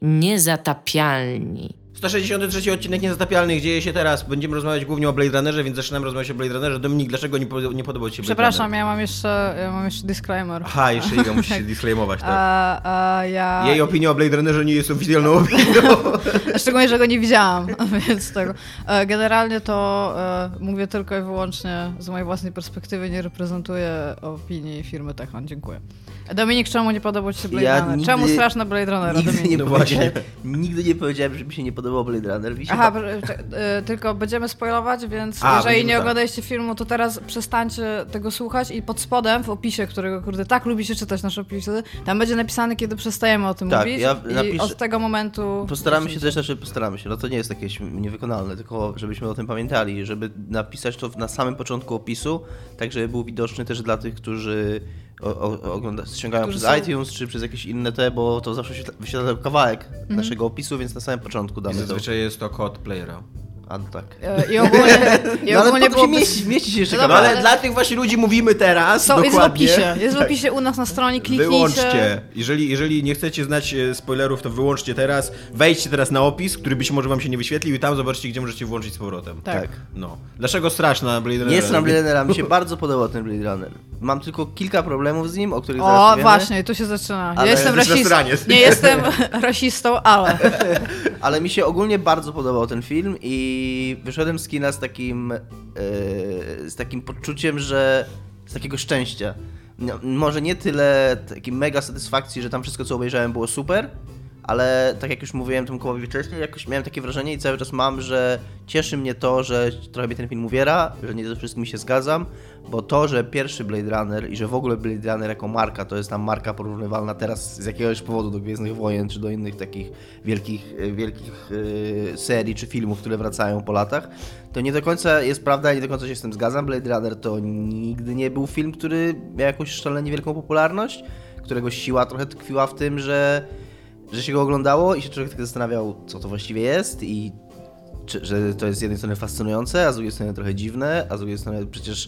Niezatapialni. 163 odcinek Niezatapialnych dzieje się teraz. Będziemy rozmawiać głównie o Blade Runnerze, więc zaczynamy rozmawiać o Blade Runnerze. Dominik, dlaczego nie podobał ci się Blade Przepraszam, Runner? ja mam jeszcze disclaimer. Aha, jeszcze Iga musi się disclaimować, tak? Ja... Jej opinia o Blade Runnerze nie jest oficjalną opinią. Szczególnie, że go nie widziałam, więc tego. Generalnie to mówię tylko i wyłącznie z mojej własnej perspektywy, nie reprezentuję opinii firmy Techland. Dziękuję. Dominik, czemu nie podobał ci się Blade Runner? Czemu straszna Blade Runnera? Nigdy nie powiedziałem, że mi się nie podobał Blade Runner. Aha, tylko będziemy spoilować, więc jeżeli nie oglądaliście filmu, to teraz przestańcie tego słuchać i pod spodem w opisie, którego kurde tak lubicie czytać nasze opisy, tam będzie napisane, kiedy przestajemy o tym mówić i od tego momentu... Postaramy się, no to nie jest jakieś niewykonalne, tylko żebyśmy o tym pamiętali, żeby napisać to na samym początku opisu, tak żeby był widoczny też dla tych, którzy ściągają przez iTunes czy przez jakieś inne bo to zawsze wyświetla kawałek naszego opisu, więc na samym początku damy to. Zazwyczaj jest to kod playera. A no tak. I ogólnie było... mieści się jeszcze kawałek. Ale dla tych właśnie ludzi mówimy teraz, dokładnie. Jest w opisie u nas na stronie, kliknijcie. Wyłączcie. Jeżeli nie chcecie znać spoilerów, to wyłączcie teraz. Wejdźcie teraz na opis, który być może wam się nie wyświetlił i tam zobaczcie, gdzie możecie włączyć z powrotem. Tak. No. Dlaczego straszna Blade Runner? Nie jest na Blade Runnera, mi się bardzo podobał ten Blade Runner. Mam tylko kilka problemów z nim, o których zaraz powiemy. Właśnie, tu się zaczyna. Ale Nie jestem rasistą, ale... Ale mi się ogólnie bardzo podobał ten film i wyszedłem z kina z takim poczuciem, z takiego szczęścia. No, może nie tyle takiej mega satysfakcji, że tam wszystko co obejrzałem było super, ale tak jak już mówiłem Tomkowi wcześniej, jakoś miałem takie wrażenie i cały czas mam, że cieszy mnie to, że trochę mnie ten film uwiera, że nie ze wszystkim się zgadzam, bo to, że pierwszy Blade Runner i że w ogóle Blade Runner jako marka, to jest tam marka porównywalna teraz z jakiegoś powodu do Gwiezdnych Wojen, czy do innych takich wielkich serii czy filmów, które wracają po latach, to nie do końca jest prawda, nie do końca się z tym zgadzam. Blade Runner to nigdy nie był film, który miał jakąś szalenie wielką popularność, którego siła trochę tkwiła w tym, że się go oglądało i się człowiek tak zastanawiał, co to właściwie jest i że to jest z jednej strony fascynujące, a z drugiej strony trochę dziwne, a z drugiej strony przecież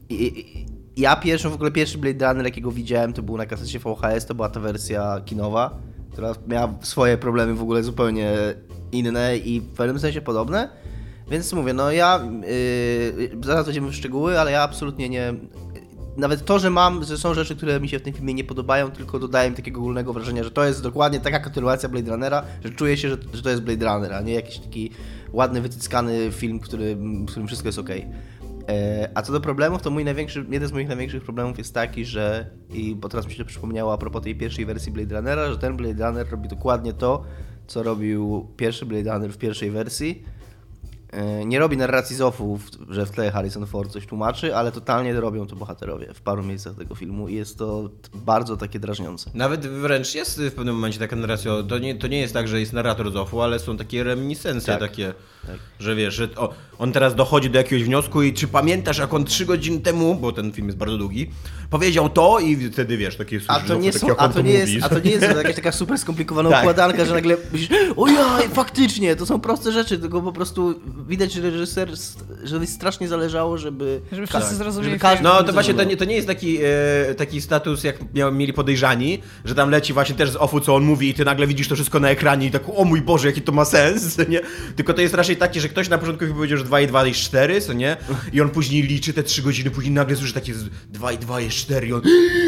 ja pierwszy Blade Runner, jakiego widziałem, to był na kasecie VHS, to była ta wersja kinowa, która miała swoje problemy w ogóle zupełnie inne i w pewnym sensie podobne, więc mówię, no zaraz wejdziemy w szczegóły, ale ja absolutnie nie... Nawet to, że są rzeczy, które mi się w tym filmie nie podobają, tylko dodaję mi takiego ogólnego wrażenia, że to jest dokładnie taka kontynuacja Blade Runnera, że czuję się, że to jest Blade Runner, a nie jakiś taki ładny, wycyckany film, w którym wszystko jest okej. A co do problemów, to jeden z moich największych problemów jest taki, bo teraz mi się przypomniało a propos tej pierwszej wersji Blade Runnera, że ten Blade Runner robi dokładnie to, co robił pierwszy Blade Runner w pierwszej wersji. Nie robi narracji z offów, że w tle Harrison Ford coś tłumaczy, ale totalnie robią to bohaterowie w paru miejscach tego filmu i jest to bardzo takie drażniące. Nawet wręcz jest w pewnym momencie taka narracja, to nie jest tak, że jest narrator z offu, ale są takie reminiscencje takie, że wiesz, że on teraz dochodzi do jakiegoś wniosku i czy pamiętasz, jak on 3 godziny temu, bo ten film jest bardzo długi, powiedział to i wtedy wiesz, takie a to nie jest jakaś taka super skomplikowana układanka, że nagle myślisz, ojej, faktycznie, to są proste rzeczy, tylko po prostu widać, że reżyserowi strasznie zależało, żeby wszyscy zrozumieli. No to właśnie to nie jest taki status, jak mieli Podejrzani, że tam leci właśnie też z offu, co on mówi i ty nagle widzisz to wszystko na ekranie i tak, o mój Boże, jaki to ma sens, nie? Tylko to jest raczej takie, że ktoś na początku powiedział, że 2 i 2 jest 4, co nie? I on później liczy te 3 godziny, później nagle słyszy takie 2 i 2 jest 4 i on...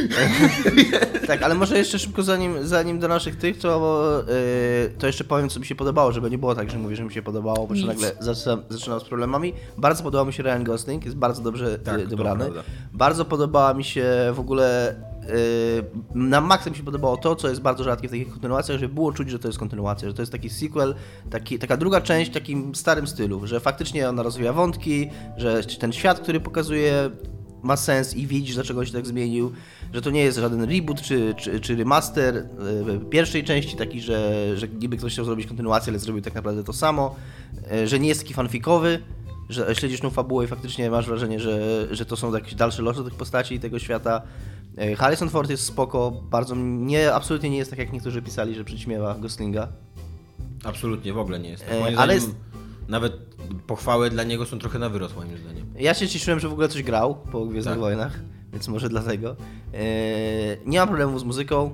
Tak, ale może jeszcze szybko zanim do naszych tych, to jeszcze powiem, co mi się podobało, żeby nie było tak, że mówię, że mi się podobało, bo nagle zaczynam z problemami. Bardzo podobał mi się Ryan Gosling, jest bardzo dobrze dobrany. Bardzo podobała mi się w ogóle... na maksa mi się podobało to, co jest bardzo rzadkie w takich kontynuacjach, że było czuć, że to jest kontynuacja, że to jest taki sequel, taka druga część w takim starym stylu, że faktycznie ona rozwija wątki, że ten świat, który pokazuje, ma sens i widzisz, dlaczego się tak zmienił, że to nie jest żaden reboot czy remaster pierwszej części, taki, że niby ktoś chciał zrobić kontynuację, ale zrobił tak naprawdę to samo, że nie jest taki fanfikowy, że śledzisz tą fabułę i faktycznie masz wrażenie, że to są jakieś dalsze losy tych postaci i tego świata. Harrison Ford jest spoko, absolutnie nie jest tak, jak niektórzy pisali, że przyćmiewa Goslinga. Absolutnie, w ogóle nie jest. Ale nawet pochwały dla niego są trochę na wyrost, moim zdaniem. Ja się cieszyłem, że w ogóle coś grał po Gwiezdnych Wojnach, więc może dlatego. Nie mam problemu z muzyką.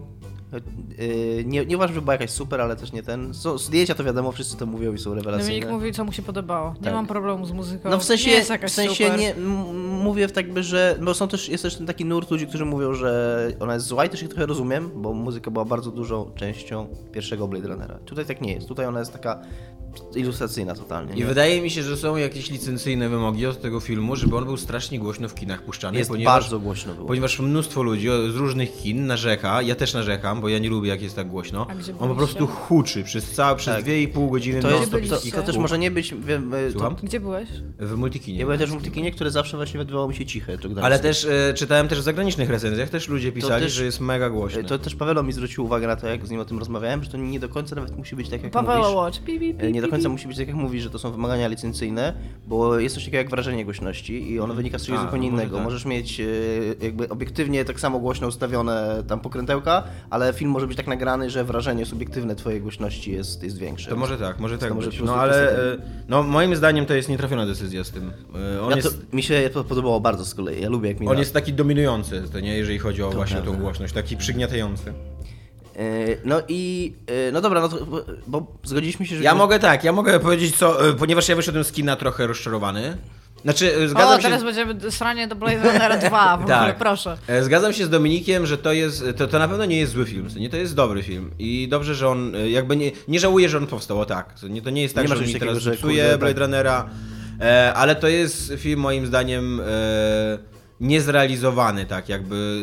Nie uważam, że była jakaś super, ale też nie ten. Zdjęcia to wiadomo, wszyscy to mówią i są rewelacyjne. Dominik mówi, co mu się podobało. Nie Tak. mam problemu z muzyką. No w sensie, nie jest jakaś super. nie, mówię tak by, że, bo jest też ten taki nurt ludzi, którzy mówią, że ona jest zła i też ich trochę rozumiem, bo muzyka była bardzo dużą częścią pierwszego Blade Runnera. Tutaj tak nie jest, tutaj ona jest taka ilustracyjna totalnie. I wydaje mi się, że są jakieś licencyjne wymogi od tego filmu, żeby on był strasznie głośno w kinach puszczany. Jest ponieważ, bardzo głośno było. Ponieważ mnóstwo ludzi z różnych kin narzeka, ja też narzekam, bo ja nie lubię jak jest tak głośno. A gdzie On po byliście? prostu huczy przez 2,5 godziny. To, jest, non-stop byliście? takich to też kół. może nie być, wiem, Słucham? Gdzie byłeś? W multikinie. ja byłem też w multikinie, które zawsze właśnie wydawało mi się ciche. To Ale też czytałem też w zagranicznych recenzjach, też ludzie pisali, też- że jest mega głośno. To też Pawelo mi zwrócił uwagę na to, jak z nim o tym rozmawiałem, że to nie do końca nawet musi być tak, jak Paweł mówisz. Watch. Pi, pi, pi, Nie do pi, końca pi. musi być tak, jak mówisz, że to są wymagania licencyjne, bo jest coś takiego jak wrażenie głośności i ono wynika z czegoś zupełnie może innego. tak. Możesz mieć jakby obiektywnie tak samo głośno ustawione tam pokrętełka, ale film może być tak nagrany, że wrażenie subiektywne twojej głośności jest większe. To może tak może być. po No prostu ale kwestia no moim zdaniem to jest nietrafiona decyzja z tym. Mi się to podobało bardzo z kolei, ja lubię jak mi On jest taki dominujący, to nie, jeżeli chodzi o właśnie prawda. tą głośność, taki przygniatający. No dobra, no to, bo zgodziliśmy się, że... Ja mogę powiedzieć co, ponieważ ja wyszedłem z kina trochę rozczarowany. Znaczy, zgadzam O, się... teraz będziemy sranie do Blade Runnera 2, w ogóle, Tak. proszę. Zgadzam się z Dominikiem, że to na pewno nie jest zły film, nie, to jest dobry film i dobrze, że on jakby nie żałuję, że on powstał, o tak. To nie jest tak, Nie ma że on czegoś mi takiego, teraz że, zepsuje kurde, Blade tak. Runnera, ale to jest film moim zdaniem niezrealizowany, tak jakby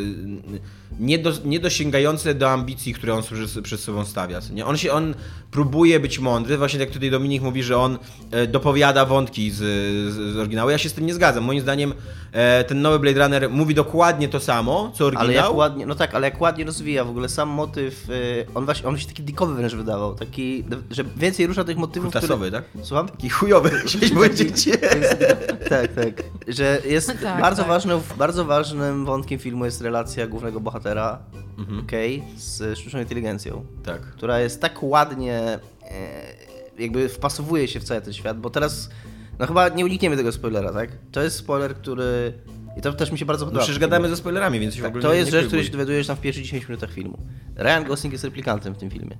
nie dosięgający do ambicji, które on przed sobą stawia. Nie? On próbuje być mądry, właśnie jak tutaj Dominik mówi, że on dopowiada wątki z oryginału. Ja się z tym nie zgadzam. Moim zdaniem ten nowy Blade Runner mówi dokładnie to samo, co oryginał. Ale jak ładnie, no tak, ale jak ładnie rozwija w ogóle sam motyw, on się taki dikowy wręcz wydawał, taki, że więcej rusza tych motywów, Kutasowy, tak? Słucham? Taki chujowy, chciałeś powiedzieć. Tak, że jest Tak, bardzo tak. bardzo ważnym wątkiem filmu jest relacja głównego bohatera, Kay, z sztuczną inteligencją, Tak. która jest tak ładnie, jakby wpasowuje się w cały ten świat, bo teraz, no chyba nie unikniemy tego spoilera, tak? To jest spoiler, który... I to też mi się bardzo No podoba. przecież gadamy ze spoilerami, więc się w Tak, ogóle to nie jest rzecz, próbuj. której się dowiadujesz tam w pierwszych 10 minutach filmu. Ryan Gosling jest replikantem w tym filmie.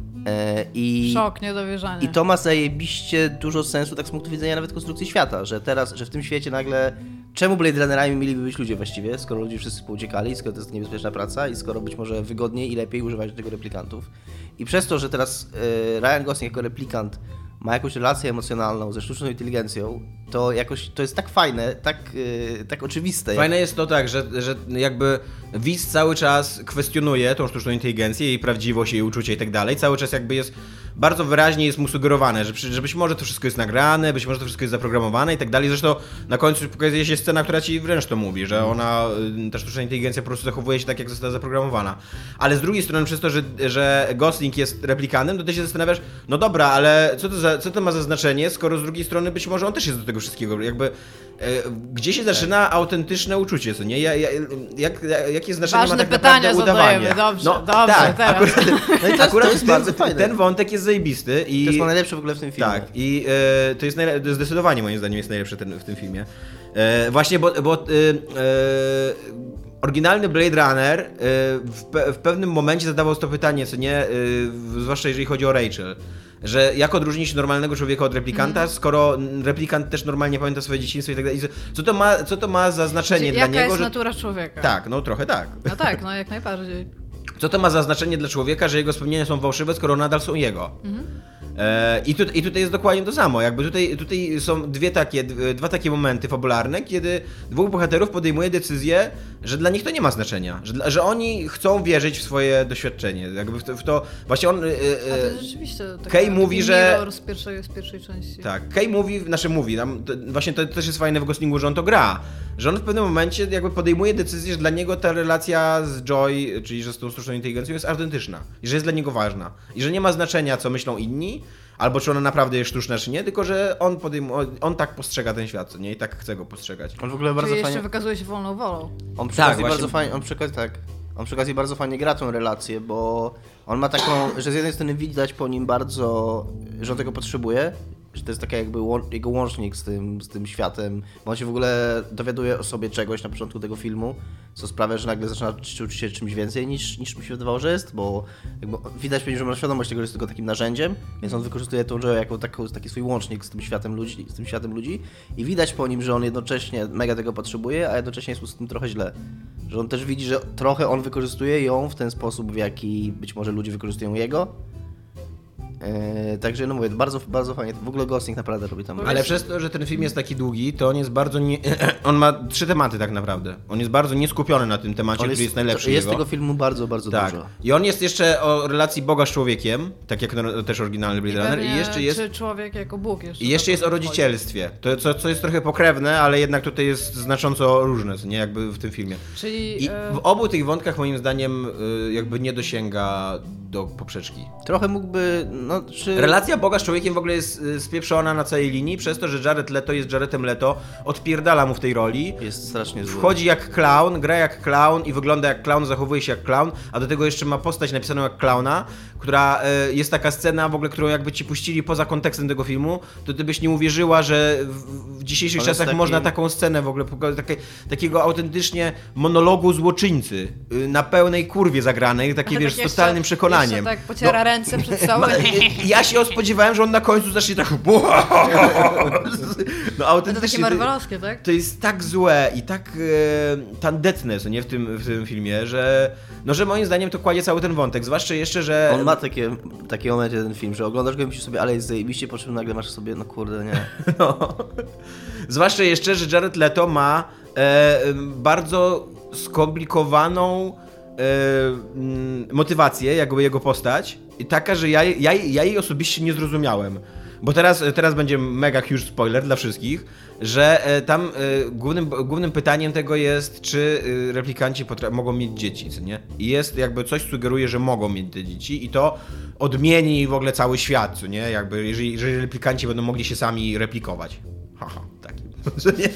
I Szok, niedowierzanie. i to ma zajebiście dużo sensu tak z punktu widzenia nawet konstrukcji świata, że teraz, że w tym świecie nagle... Czemu Blade Runnerami mieliby być ludzie właściwie, skoro ludzie wszyscy pouciekali, skoro to jest niebezpieczna praca i skoro być może wygodniej i lepiej używać do tego replikantów. I przez to, że teraz Ryan Gosling jako replikant ma jakąś relację emocjonalną ze sztuczną inteligencją, to jakoś to jest tak fajne, tak oczywiste. Fajne jest to tak, że jakby widz cały czas kwestionuje tą sztuczną inteligencję, jej prawdziwość, jej uczucie i tak dalej. Cały czas jakby jest, bardzo wyraźnie jest mu sugerowane, że być może to wszystko jest nagrane, być może to wszystko jest zaprogramowane i tak dalej. Zresztą na końcu pokazuje się scena, która ci wręcz to mówi, że ta sztuczna inteligencja po prostu zachowuje się tak, jak została zaprogramowana. Ale z drugiej strony przez to, że Gosling jest replikantem, to ty się zastanawiasz, no dobra, ale co to ma za znaczenie, skoro z drugiej strony być może on też jest do tego wszystkiego, jakby gdzie się zaczyna autentyczne uczucie, co nie? Jakie znaczenie Ważne ma tak pytania naprawdę udawanie? zadajemy, dobrze, No, dobrze, tak, teraz. Akurat to jest bardzo fajne. ten wątek jest zajebisty i... To jest najlepsze w ogóle w tym filmie. Tak, i to jest zdecydowanie moim zdaniem jest najlepsze w tym filmie. Właśnie, bo oryginalny Blade Runner w pewnym momencie zadawał to pytanie, co nie, zwłaszcza jeżeli chodzi o Rachel, że jak odróżnić się normalnego człowieka od replikanta, skoro replikant też normalnie pamięta swoje dzieciństwo i tak dalej. Co to ma za znaczenie dla Jaka niego? jest Że... natura człowieka? Tak, no trochę tak. No tak, no jak najbardziej. Co to ma za znaczenie dla człowieka, że jego wspomnienia są fałszywe, skoro nadal są jego? I tutaj jest dokładnie to samo. Jakby tutaj są dwa takie momenty fabularne, kiedy dwóch bohaterów podejmuje decyzję, że dla nich to nie ma znaczenia. Że oni chcą wierzyć w swoje doświadczenie. Jakby w to właśnie on... A to jest rzeczywiście Kay mówi, że... mirror z pierwszej części. Tak, Kay mówi, właśnie to też jest fajne w Goslingu, że on to gra. Że on w pewnym momencie jakby podejmuje decyzję, że dla niego ta relacja z Joy, czyli że z tą sztuczną inteligencją jest autentyczna. I że jest dla niego ważna. I że nie ma znaczenia, co myślą inni, albo czy ona naprawdę jest sztuczna, czy nie, tylko że on tak postrzega ten świat, co nie? I tak chce go postrzegać. On w ogóle bardzo Czyli jeszcze fajnie... wykazuje się wolną wolą. On przy Tak, okazji właśnie. bardzo fajnie, on przy okazji bardzo fajnie gra tą relację, bo on ma taką, że z jednej strony widać po nim bardzo, że on tego potrzebuje, że to jest taka jakby jego łącznik z tym światem, bo on się w ogóle dowiaduje o sobie czegoś na początku tego filmu, co sprawia, że nagle zaczyna czuć się czymś więcej niż mu się wydawało, że jest, bo jakby widać, że ma świadomość tego, że jest tylko takim narzędziem, więc on wykorzystuje tą Joe jako taki swój łącznik z tym światem ludzi i widać po nim, że on jednocześnie mega tego potrzebuje, a jednocześnie jest mu z tym trochę źle. Że on też widzi, że trochę on wykorzystuje ją w ten sposób, w jaki być może ludzie wykorzystują jego. Także no mówię, bardzo, bardzo fajnie. W ogóle Gosling naprawdę robi tam. Ale przez to, że ten film jest taki długi, to on jest bardzo on ma 3 tematy tak naprawdę. On jest bardzo nieskupiony na tym temacie, który jest najlepszy. Jest jego. tego filmu bardzo, bardzo tak. dużo. I on jest jeszcze o relacji Boga z człowiekiem, tak jak też oryginalny Blade Runner. I jeszcze jest. Czy człowiek jako Bóg jeszcze. I jeszcze jest o rodzicielstwie. To co jest trochę pokrewne, ale jednak tutaj jest znacząco różne, nie jakby w tym filmie. Czyli I w obu tych wątkach moim zdaniem jakby nie dosięga do poprzeczki. Trochę mógłby, Relacja Boga z człowiekiem w ogóle jest spieprzona na całej linii, przez to, że Jared Leto jest Jaredem Leto, odpierdala mu w tej roli. Jest strasznie zły. Wchodzi jak clown, gra jak clown i wygląda jak clown, zachowuje się jak clown, a do tego jeszcze ma postać napisaną jak clowna, która jest taka scena w ogóle, którą jakby ci puścili poza kontekstem tego filmu, to ty byś nie uwierzyła, że w dzisiejszych czasach można taką scenę w ogóle pokazać, takiego autentycznie monologu złoczyńcy na pełnej kurwie zagranej, takie wiesz, z totalnym przekonaniem. Tak pociera ręce przed sobą. Ja się spodziewałem, że on na końcu zacznie tak no autentycznie. To takie marvelowskie, tak? To jest tak złe i tak tandetne, nie w tym filmie, że moim zdaniem to kładzie cały ten wątek, zwłaszcza jeszcze, że... On ma takie momenty ten film, że oglądasz go i myślisz sobie, ale jest zajebiście, po czym nagle masz sobie, no kurde, nie. No. Zwłaszcza jeszcze, że Jared Leto ma bardzo skomplikowaną motywację, jakby jego postać, i taka, że ja jej osobiście nie zrozumiałem. Bo teraz będzie mega huge spoiler dla wszystkich, że tam głównym pytaniem tego jest, czy replikanci mogą mieć dzieci, co nie? I jest jakby coś sugeruje, że mogą mieć te dzieci i to odmieni w ogóle cały świat, co nie? Jakby jeżeli replikanci będą mogli się sami replikować. Haha, taki. Że nie?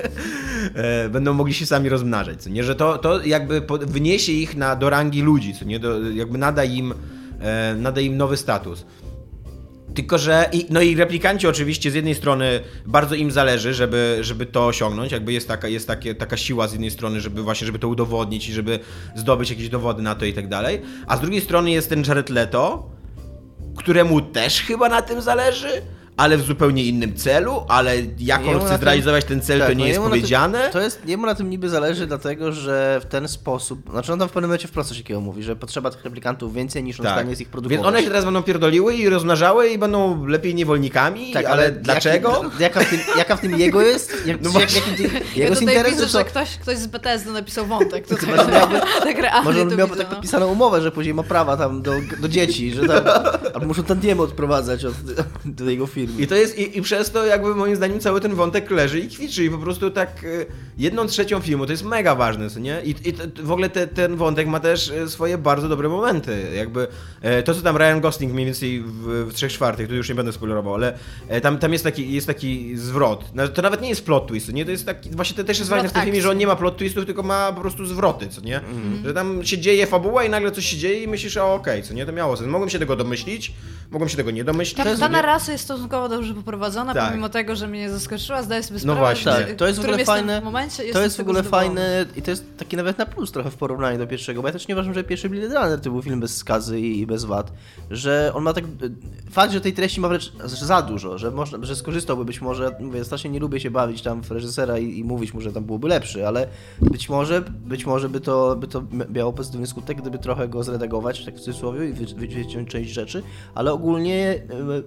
Będą mogli się sami rozmnażać, co nie? Że to jakby wyniesie ich do rangi ludzi, co nie? Jakby nada im nowy status. Tylko, że i replikanci oczywiście z jednej strony bardzo im zależy, żeby to osiągnąć, jakby jest taka siła z jednej strony, żeby to udowodnić i żeby zdobyć jakieś dowody na to i tak dalej, a z drugiej strony jest ten Jared Leto, któremu też chyba na tym zależy, ale w zupełnie innym celu, ale jak on chce zrealizować ten cel, to nie jest powiedziane. Jemu na tym niby zależy, dlatego że w ten sposób, znaczy on tam w pewnym momencie wprost coś takiego mówi, że potrzeba tych replikantów więcej niż on w stanie jest ich produkować. Więc one się teraz będą pierdoliły i rozmnażały i będą lepiej niewolnikami, tak, ale dlaczego? Jaka w tym jego jest? Jego jest interes, widzę, że ktoś z Bethesdy napisał wątek tutaj. Może on miał tak podpisaną umowę, że później ma prawa tam do dzieci, że tam, albo muszą tantiemy odprowadzać do jego firmy. I to jest, i przez to jakby moim zdaniem cały ten wątek leży i kwiczy i po prostu tak 1/3 filmu to jest mega ważne, co nie? I w ogóle ten wątek ma też swoje bardzo dobre momenty, jakby to co tam Ryan Gosling mniej więcej w 3/4, tu już nie będę spoilerował, ale tam jest taki zwrot, to nawet nie jest plot twist, nie? To jest taki, właśnie to też jest ważne w tym filmie, że on nie ma plot twistów, tylko ma po prostu zwroty, co nie? Że tam się dzieje fabuła i nagle coś się dzieje i myślisz, okej, co nie? To miało sens. Mogłem się tego domyślić, mogłem się tego nie domyślić. Ta narracja jest stosunkowo dobrze poprowadzona, pomimo tego, że mnie zaskoczyła, zdaję sobie sprawę, właśnie. To jest w ogóle fajne. To jest w ogóle fajne i to jest taki nawet na plus trochę w porównaniu do pierwszego, bo ja też nie uważam, że pierwszy Blade Runner to był film bez skazy i bez wad, że on ma tak... Fakt, że tej treści ma wręcz za dużo, że skorzystałby być może, mówię, strasznie nie lubię się bawić tam w reżysera i mówić mu, że tam byłoby lepszy, ale być może by to miało pozytywny skutek, gdyby trochę go zredagować, tak w cudzysłowie, i wyciąć część rzeczy, ale ogólnie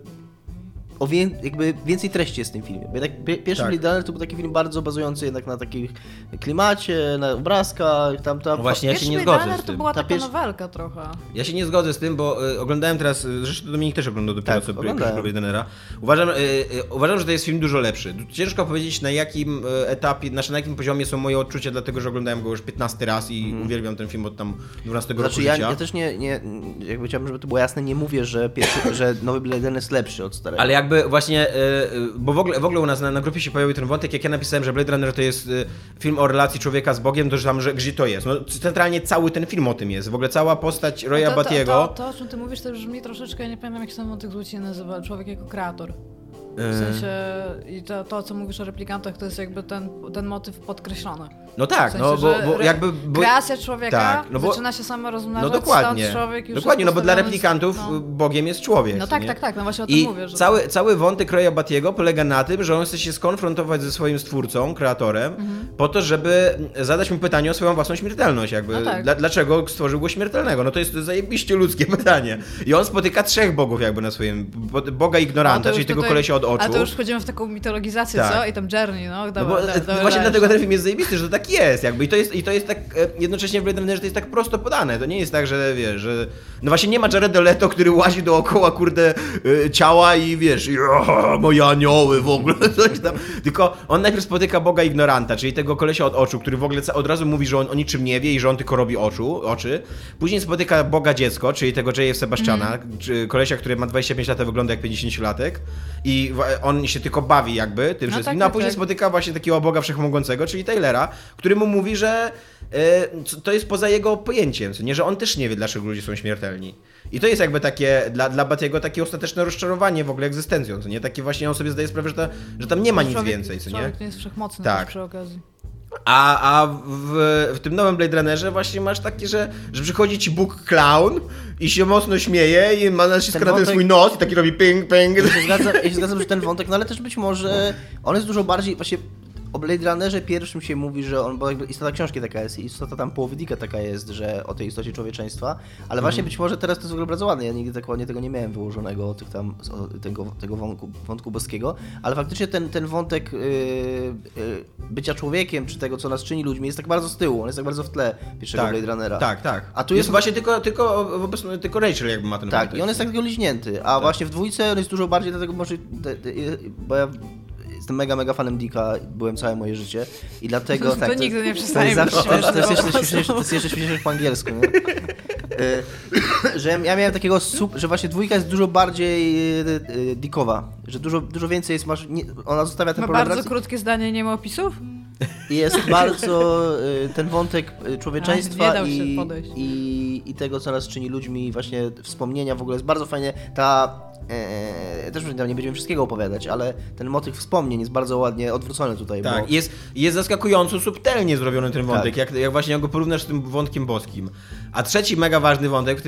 jakby więcej treści jest w tym filmie. Bo jednak pierwszy Blade Runner to był taki film bardzo bazujący jednak na takich klimacie, na obrazkach, tam. No właśnie, ja się nie zgodzę z tym. To była taka nowelka trochę. Ja się nie zgodzę z tym, bo oglądałem teraz, zresztą Dominik też oglądał dopiero co Blade Runnera. Uważam, że to jest film dużo lepszy. Ciężko powiedzieć na jakim etapie, na jakim poziomie są moje odczucia, dlatego że oglądałem go już 15 raz i uwielbiam ten film od tam 12 roku życia. Ja też nie jakby chciałbym, żeby to było jasne, nie mówię, że nowy Blade Runner jest lepszy od starego. Ale jakby właśnie, bo w ogóle u nas na grupie się pojawił ten wątek, jak ja napisałem, że Blade Runner to jest film o relacji człowieka z Bogiem, to że tam, gdzie to jest. No, centralnie cały ten film o tym jest. W ogóle cała postać Roya Battiego. To, o czym ty mówisz, to już brzmi troszeczkę, ja nie pamiętam jak się ten wątek złoci nazywa, człowiek jako kreator. W sensie, i to, co mówisz o replikantach, to jest jakby ten motyw podkreślony. No tak, w sensie, bo jakby... Kreacja człowieka tak, no bo, zaczyna się sama rozmnażać, no dokładnie, stąd człowiek już dokładnie, no bo dla postawiony replikantów Bogiem jest człowiek. No tak, nie? tak, no właśnie o tym I mówię. Że cały wątek Roya Battiego polega na tym, że on chce się skonfrontować ze swoim stwórcą, kreatorem, po to, żeby zadać mu pytanie o swoją własną śmiertelność. Jakby. No tak. Dlaczego stworzył go śmiertelnego? No to jest zajebiście ludzkie pytanie. I on spotyka 3 bogów jakby na swoim... Boga ignoranta, czyli tego kolesia od oczu. A to już wchodzimy w taką mitologizację, Tak. co? I tam Journey, no. Dobra, właśnie dlatego ten film jest zajebisty, że to tak jest jakby. I to jest tak jednocześnie w Blade Runnerze to jest tak prosto podane. To nie jest tak, że wiesz, że... No właśnie nie ma Jareda Leto, który łazi dookoła, kurde, ciała i wiesz, moje anioły w ogóle, coś tam. Tylko on najpierw spotyka Boga ignoranta, czyli tego kolesia od oczu, który w ogóle od razu mówi, że on o niczym nie wie i że on tylko robi oczy. Później spotyka Boga dziecko, czyli tego J.F. Sebastiana, czy kolesia, który ma 25 lat, a wygląda jak 50-latek i on się tylko bawi jakby tym wszystkim. Tak, no a później spotyka właśnie takiego Boga Wszechmogącego, czyli Taylora, który mu mówi, że to jest poza jego pojęciem, nie, że on też nie wie, dlaczego ludzie są śmiertelni. I to jest jakby takie, dla Battiego takie ostateczne rozczarowanie w ogóle egzystencją, co nie? Takie właśnie on sobie zdaje sprawę, że tam nie ma nic więcej, co nie? Człowiek nie jest wszechmocny Tak. przy okazji. A w tym nowym Blade Runnerze właśnie masz takie, że przychodzi ci Bóg Clown i się mocno śmieje i ma naciska na ten swój nos i taki robi ping, ping. Ja się zgadzam, że ten wątek, no ale też być może on jest dużo bardziej, właśnie o Blade Runnerze pierwszym się mówi, że on, bo jakby istota książki taka jest i istota tam Połowy Dicka taka jest, że o tej istocie człowieczeństwa, ale właśnie być może teraz to jest w ogóle bardzo ładne, ja nigdy tak ładnie tego nie miałem wyłożonego, tego wątku boskiego, ale faktycznie ten wątek bycia człowiekiem, czy tego, co nas czyni ludźmi, jest tak bardzo z tyłu, on jest tak bardzo w tle pierwszego Blade Runnera. Tak. A tu jest właśnie tylko Rachel jakby ma ten wątek. Tak, i on jest tak tylko liźnięty, a właśnie w dwójce on jest dużo bardziej, dlatego może, bo ja jestem mega fanem Dicka, byłem całe moje życie i dlatego... To nigdy nie przestaje być to jest jeszcze śmieszniejsze po angielsku, nie? Że ja miałem takiego, że właśnie dwójka jest dużo bardziej Dickowa, że dużo więcej jest, ona zostawia ten ma problem... bardzo krótkie zdanie, nie ma opisów? Jest bardzo ten wątek człowieczeństwa i tego, co nas czyni ludźmi, właśnie wspomnienia w ogóle jest bardzo fajnie. Też nie będziemy wszystkiego opowiadać, ale ten motyw wspomnień jest bardzo ładnie odwrócony tutaj. Tak, bo... jest zaskakująco subtelnie zrobiony ten wątek, tak. jak właśnie go porównasz z tym wątkiem boskim. A trzeci mega ważny wątek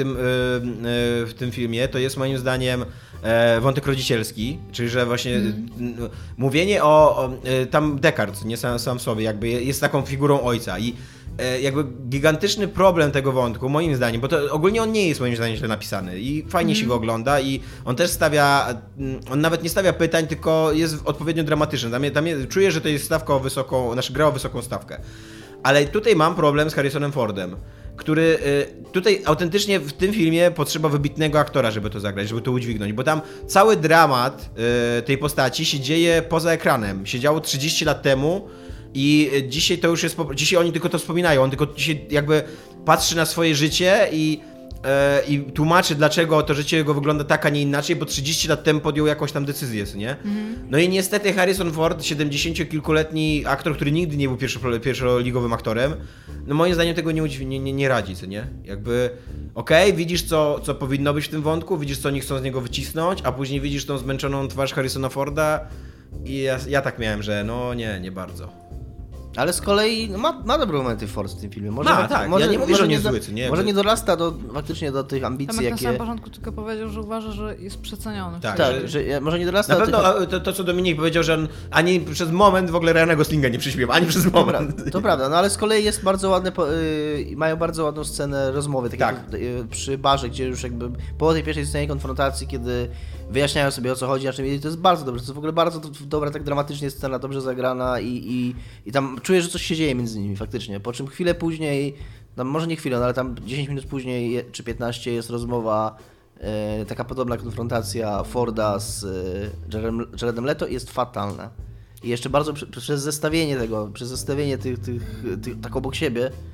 w tym filmie to jest moim zdaniem wątek rodzicielski, czyli że właśnie mówienie tam Descartes, nie sam sobie, jakby jest taką figurą ojca i jakby gigantyczny problem tego wątku, moim zdaniem, bo to ogólnie on nie jest moim zdaniem źle napisany i fajnie się go ogląda i on też on nawet nie stawia pytań, tylko jest odpowiednio dramatyczny. Czuję, że to jest gra o wysoką stawkę. Ale tutaj mam problem z Harrisonem Fordem, który tutaj autentycznie w tym filmie potrzeba wybitnego aktora, żeby to zagrać, żeby to udźwignąć, bo tam cały dramat tej postaci się dzieje poza ekranem. Się działo 30 lat temu i dzisiaj to już jest, dzisiaj oni tylko to wspominają, on tylko dzisiaj jakby patrzy na swoje życie i tłumaczy, dlaczego to życie jego wygląda tak, a nie inaczej, bo 30 lat temu podjął jakąś tam decyzję, nie? No i niestety Harrison Ford, 70-kilkuletni aktor, który nigdy nie był pierwszoligowym aktorem, no moim zdaniem tego nie radzi, co nie? Jakby, widzisz co powinno być w tym wątku, widzisz co oni chcą z niego wycisnąć, a później widzisz tą zmęczoną twarz Harrisona Forda i ja tak miałem, że no nie bardzo. Ale z kolei ma dobre momenty Ford w tym filmie. Ja nie mówię, że nie jest zły, co nie? Może nie dorasta faktycznie do tych ambicji, Tomek jakie... na samym początku tylko powiedział, że uważa, że jest przeceniony. Tak, że może nie dorasta na do pewno tych... to, co Dominik powiedział, że on ani przez moment w ogóle Ryanego Goslinga nie przyśpiewa, ani przez moment. To prawda, no ale z kolei jest bardzo ładne, mają bardzo ładną scenę rozmowy, tak. Przy barze, gdzie już jakby po tej pierwszej scenie konfrontacji, kiedy wyjaśniają sobie, o co chodzi, to jest bardzo dobre, to jest w ogóle bardzo dobra, tak dramatycznie scena, dobrze zagrana i tam czuję, że coś się dzieje między nimi faktycznie, po czym chwilę później, może nie chwilę, no ale tam 10 minut później czy 15 jest rozmowa, taka podobna konfrontacja Forda z Jaredem Leto i jest fatalna. I jeszcze bardzo przez zestawienie tych tak obok siebie,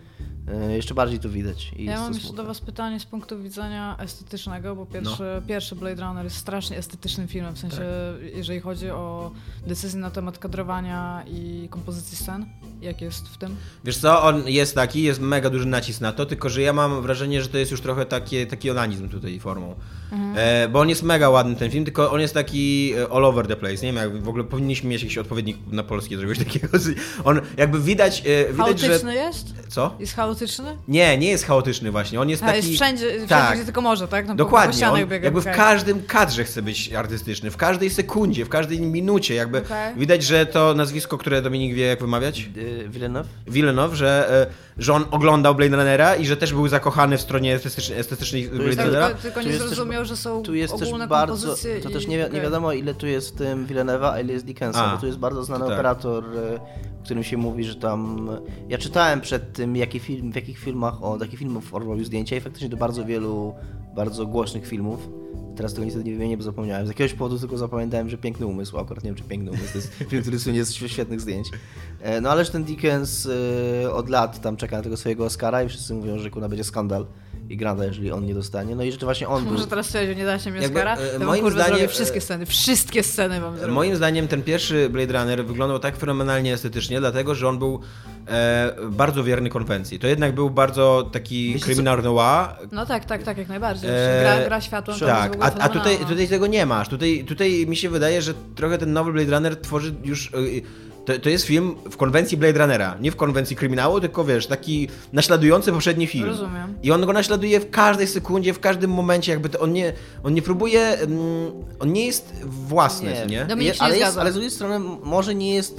jeszcze bardziej to widać. I Ja jest mam to jeszcze smutne. do was pytanie z punktu widzenia estetycznego, bo pierwszy Blade Runner jest strasznie estetycznym filmem, w sensie jeżeli chodzi o decyzje na temat kadrowania i kompozycji scen, jak jest w tym? Wiesz co, on jest taki, jest mega duży nacisk na to, tylko że ja mam wrażenie, że to jest już trochę taki onanizm tutaj formą. Bo on jest mega ładny ten film, tylko on jest taki all over the place. Nie wiem, jak w ogóle powinniśmy mieć jakiś odpowiednik na polskie czegoś takiego. On jakby widać, Chaotyczny że... jest? Co? Jest chaotyczny? Nie jest chaotyczny właśnie. On jest taki... Jest wszędzie, tak. gdzie tylko może, tak? No, po Dokładnie, ścianach on biega, jakby okej. w każdym kadrze chce być artystyczny, w każdej sekundzie, w każdej minucie, jakby Okej. widać, że to nazwisko, które Dominik wie jak wymawiać, Villeneuve, że on oglądał Blade Runnera i że też był zakochany w stronie estetycznej Blade Tak, Runnera. tylko Tu nie jest zrozumiał, że są Tu jest też ogólne bardzo, kompozycje to i... też nie okej. wiadomo ile tu jest w tym Villeneuve'a, a ile jest Dickensa, bo tu jest bardzo znany tak. operator, o którym się mówi, że tam... Ja czytałem przed tym, w jakich filmach on takich filmów robił zdjęcia i faktycznie do bardzo wielu, bardzo głośnych filmów. Teraz tego niestety nie wymienię, bo zapomniałem. Z jakiegoś powodu tylko zapamiętałem, że Piękny Umysł, akurat nie wiem, czy Piękny Umysł to jest film, który słynie z świetnych zdjęć. No ależ ten Dickens od lat tam czeka na tego swojego Oscara i wszyscy mówią, że kurna będzie skandal i granda, jeżeli on nie dostanie. No i że to właśnie on był... Może teraz stwierdził, nie da się mi Jakby, Oscara, to moim kurwa zdaniem, zrobię wszystkie sceny mam zrobić. Moim zdaniem ten pierwszy Blade Runner wyglądał tak fenomenalnie estetycznie, dlatego że on był bardzo wierny konwencji. To jednak był bardzo taki kryminal noir. No tak, jak najbardziej. Gra światłem, to Tak, jest w ogóle a tutaj fenomenalna. tego nie masz. Tutaj mi się wydaje, że trochę ten nowy Blade Runner tworzy już... To jest film w konwencji Blade Runnera, nie w konwencji kryminału, tylko wiesz, taki naśladujący poprzedni film. Rozumiem. I on go naśladuje w każdej sekundzie, w każdym momencie, jakby to on nie próbuje, on nie jest własny, nie? Dominik się nie zgadza. Ale z drugiej strony może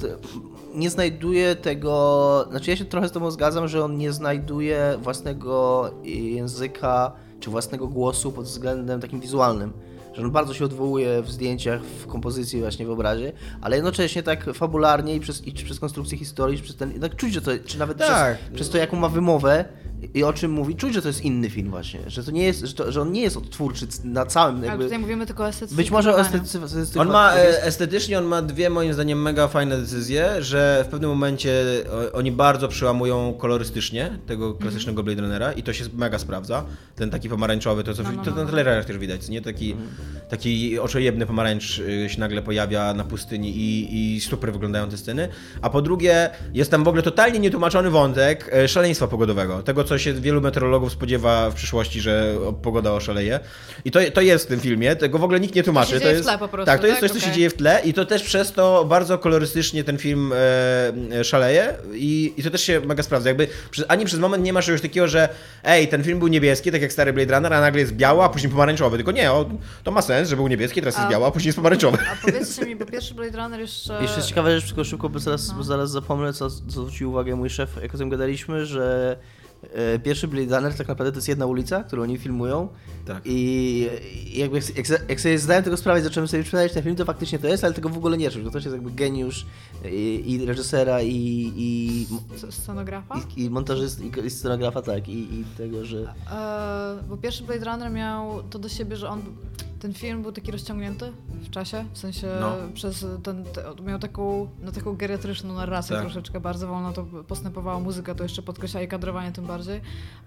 nie znajduje tego, znaczy ja się trochę z tobą zgadzam, że on nie znajduje własnego języka czy własnego głosu pod względem takim wizualnym. Że on bardzo się odwołuje w zdjęciach, w kompozycji, właśnie w obrazie, ale jednocześnie tak fabularnie i przez konstrukcję historii, przez ten, tak czuć, że to, czy nawet Tak. przez to, jaką ma wymowę i o czym mówi, czuć, że to jest inny film właśnie, że to nie jest, że on nie jest odtwórczy na całym Ale jakby... tutaj mówimy tylko o estetyce. Być może o filmowania. estetyce... On ma estetycznie, on ma dwie moim zdaniem mega fajne decyzje, że w pewnym momencie oni bardzo przełamują kolorystycznie tego klasycznego Blade Runnera i to się mega sprawdza. Ten taki pomarańczowy, to na trailerach też widać, nie? Taki oczojebny pomarańcz się nagle pojawia na pustyni i super wyglądają te sceny. A po drugie, jest tam w ogóle totalnie nietłumaczony wątek szaleństwa pogodowego. Tego, co się wielu meteorologów spodziewa w przyszłości, że pogoda oszaleje. I to jest w tym filmie, tego w ogóle nikt nie tłumaczy. To się dzieje w tle po prostu, tak, to jest tak? coś, co się Okej. dzieje w tle i to też przez to bardzo kolorystycznie ten film szaleje i to też się mega sprawdza. Jakby ani przez moment nie ma czegoś takiego, że ten film był niebieski, tak jak stary Blade Runner, a nagle jest biały, a później pomarańczowy. Tylko nie, to ma sens, że był niebieski, teraz jest biały, a później jest pomarańczowy. A powiedzcie mi, bo pierwszy Blade Runner jeszcze... Jeszcze jest ciekawa rzecz, tylko szybko, bo zaraz zapomnę, co zwrócił uwagę mój szef, jak o tym gadaliśmy, że pierwszy Blade Runner tak naprawdę to jest jedna ulica, którą oni filmują. Tak. I jakby jak sobie zdałem tego sprawę i zacząłem sobie przypominać ten film, to faktycznie to jest, ale tego w ogóle nie czuć. To też jest jakby geniusz i reżysera i Scenografa? i montażysty, i scenografa, tak, i tego, że... Bo pierwszy Blade Runner miał to do siebie, że ten film był taki rozciągnięty w czasie, w sensie przez miał taką geriatryczną narrację troszeczkę, bardzo wolno to postępowało, muzyka to jeszcze podkreśla i kadrowanie tym bardziej.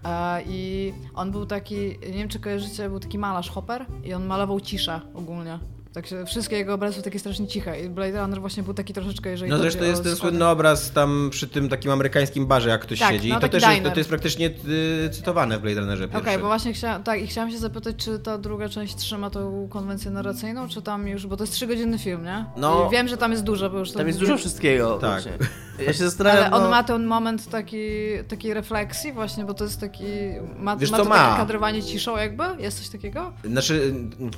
I on był taki, nie wiem czy kojarzycie, był taki malarz Hopper i on malował ciszę ogólnie. Tak się, wszystkie jego obrazy są takie strasznie ciche i Blade Runner właśnie był taki troszeczkę, jeżeli No chodzi zresztą jest o ten skład. słynny obraz tam przy tym takim amerykańskim barze, jak ktoś Tak, siedzi. no I to taki też diner. to jest praktycznie cytowane w Blade Runnerze pierwszym. Okej, bo właśnie chciałam się zapytać, czy ta druga część trzyma tą konwencję narracyjną, czy tam już, bo to jest 3-godzinny film, nie? No. I wiem, że tam jest dużo, bo już to Tam jest dużo wszystkiego. Tak. Właśnie. Ja się zastanawiam, ale on ma ten moment takiej refleksji właśnie, bo to jest taki... Wiesz, ma co to ma? takie kadrowanie ciszą jakby? Jest coś takiego? Znaczy...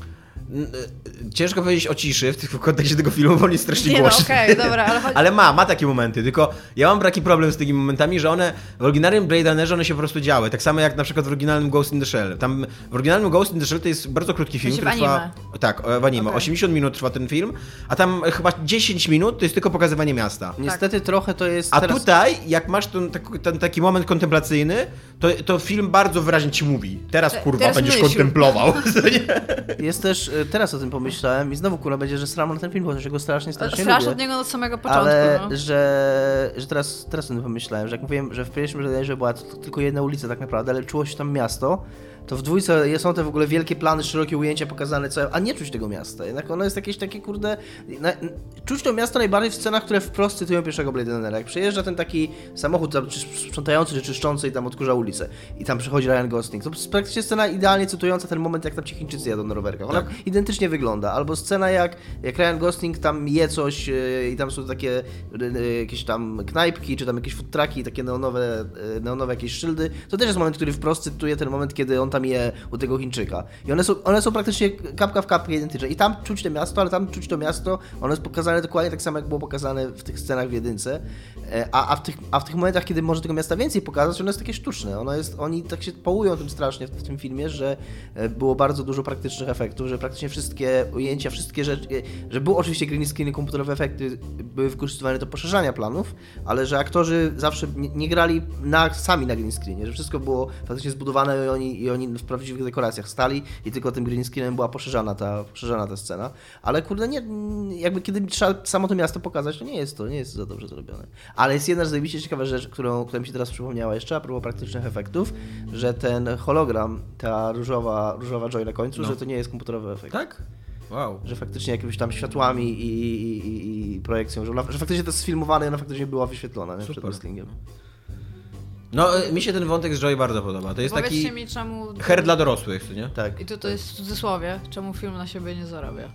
Ciężko powiedzieć o ciszy w kontekście tego filmu, bo on jest strasznie Nie głośny. no, okej, dobra, ale chodzi... Ale ma takie momenty, tylko ja mam taki problem z takimi momentami, że one w oryginalnym Blade Runnerze one się po prostu działy. Tak samo jak na przykład w oryginalnym Ghost in the Shell. Tam w oryginalnym Ghost in the Shell to jest bardzo krótki film, sensie który w trwa... Tak, w anime. Okej. 80 minut trwa ten film, a tam chyba 10 minut to jest tylko pokazywanie miasta. niestety trochę to jest A teraz... tutaj, jak masz ten taki moment kontemplacyjny, to film bardzo wyraźnie ci mówi. Teraz kurwa teraz będziesz myśl. kontemplował. Jest też teraz o tym pomyślałem i znowu kurwa będzie, że sram na ten film, chociaż go strasznie Strasz lubię. od niego od samego początku. Ale no. że teraz o tym pomyślałem, że jak mówiłem, że w pierwszym rodajże była tylko jedna ulica tak naprawdę, ale czuło się tam miasto, to w dwójce są te w ogóle wielkie plany, szerokie ujęcia pokazane, a nie czuć tego miasta. Jednak ono jest jakieś takie kurde... Czuć to miasto najbardziej w scenach, które wprost cytują pierwszego Blade Runnera. Jak przyjeżdża ten taki samochód tam, czy sprzątający, czy czyszczący i tam odkurza ulicę i tam przychodzi Ryan Gosling. To jest praktycznie scena idealnie cytująca ten moment, jak tam ci Chińczycy jadą na rowerkach. Ona identycznie wygląda. Albo scena jak Ryan Gosling tam je coś i tam są takie jakieś tam knajpki, czy tam jakieś food trucki, takie neonowe jakieś szyldy. To też jest moment, który wprost cytuje ten moment, kiedy on tam je u tego Chińczyka. I one są praktycznie kapka w kapkę identyczne. I tam czuć to miasto, ale tam czuć to miasto, ono jest pokazane dokładnie tak samo, jak było pokazane w tych scenach w jedynce. A w tych momentach, kiedy może tego miasta więcej pokazać, ono jest takie sztuczne. Oni tak się połują tym strasznie w tym filmie, że było bardzo dużo praktycznych efektów, że praktycznie wszystkie ujęcia, wszystkie rzeczy, że były oczywiście green screeny, komputerowe efekty były wykorzystywane do poszerzania planów, ale że aktorzy zawsze nie grali sami na green screenie, że wszystko było faktycznie zbudowane i oni w prawdziwych dekoracjach stali i tylko tym green screenem była poszerzana ta scena. Ale kurde, nie, jakby kiedy trzeba samo to miasto pokazać, to nie jest to za dobrze zrobione. Ale jest jedna zajebiście ciekawa rzecz, która mi się teraz przypomniała jeszcze, a propos praktycznych efektów, że ten hologram, ta różowa Joy na końcu, że to nie jest komputerowy efekt. Tak? Wow. Że faktycznie jakimiś tam światłami i projekcją, że faktycznie to jest sfilmowane i ona faktycznie była wyświetlona przed wrestlingiem. No, mi się ten wątek z Joy bardzo podoba. To jest Powiedzcie taki mi, czemu... her dla dorosłych, nie? Tak. I to jest w cudzysłowie, czemu film na siebie nie zarabia.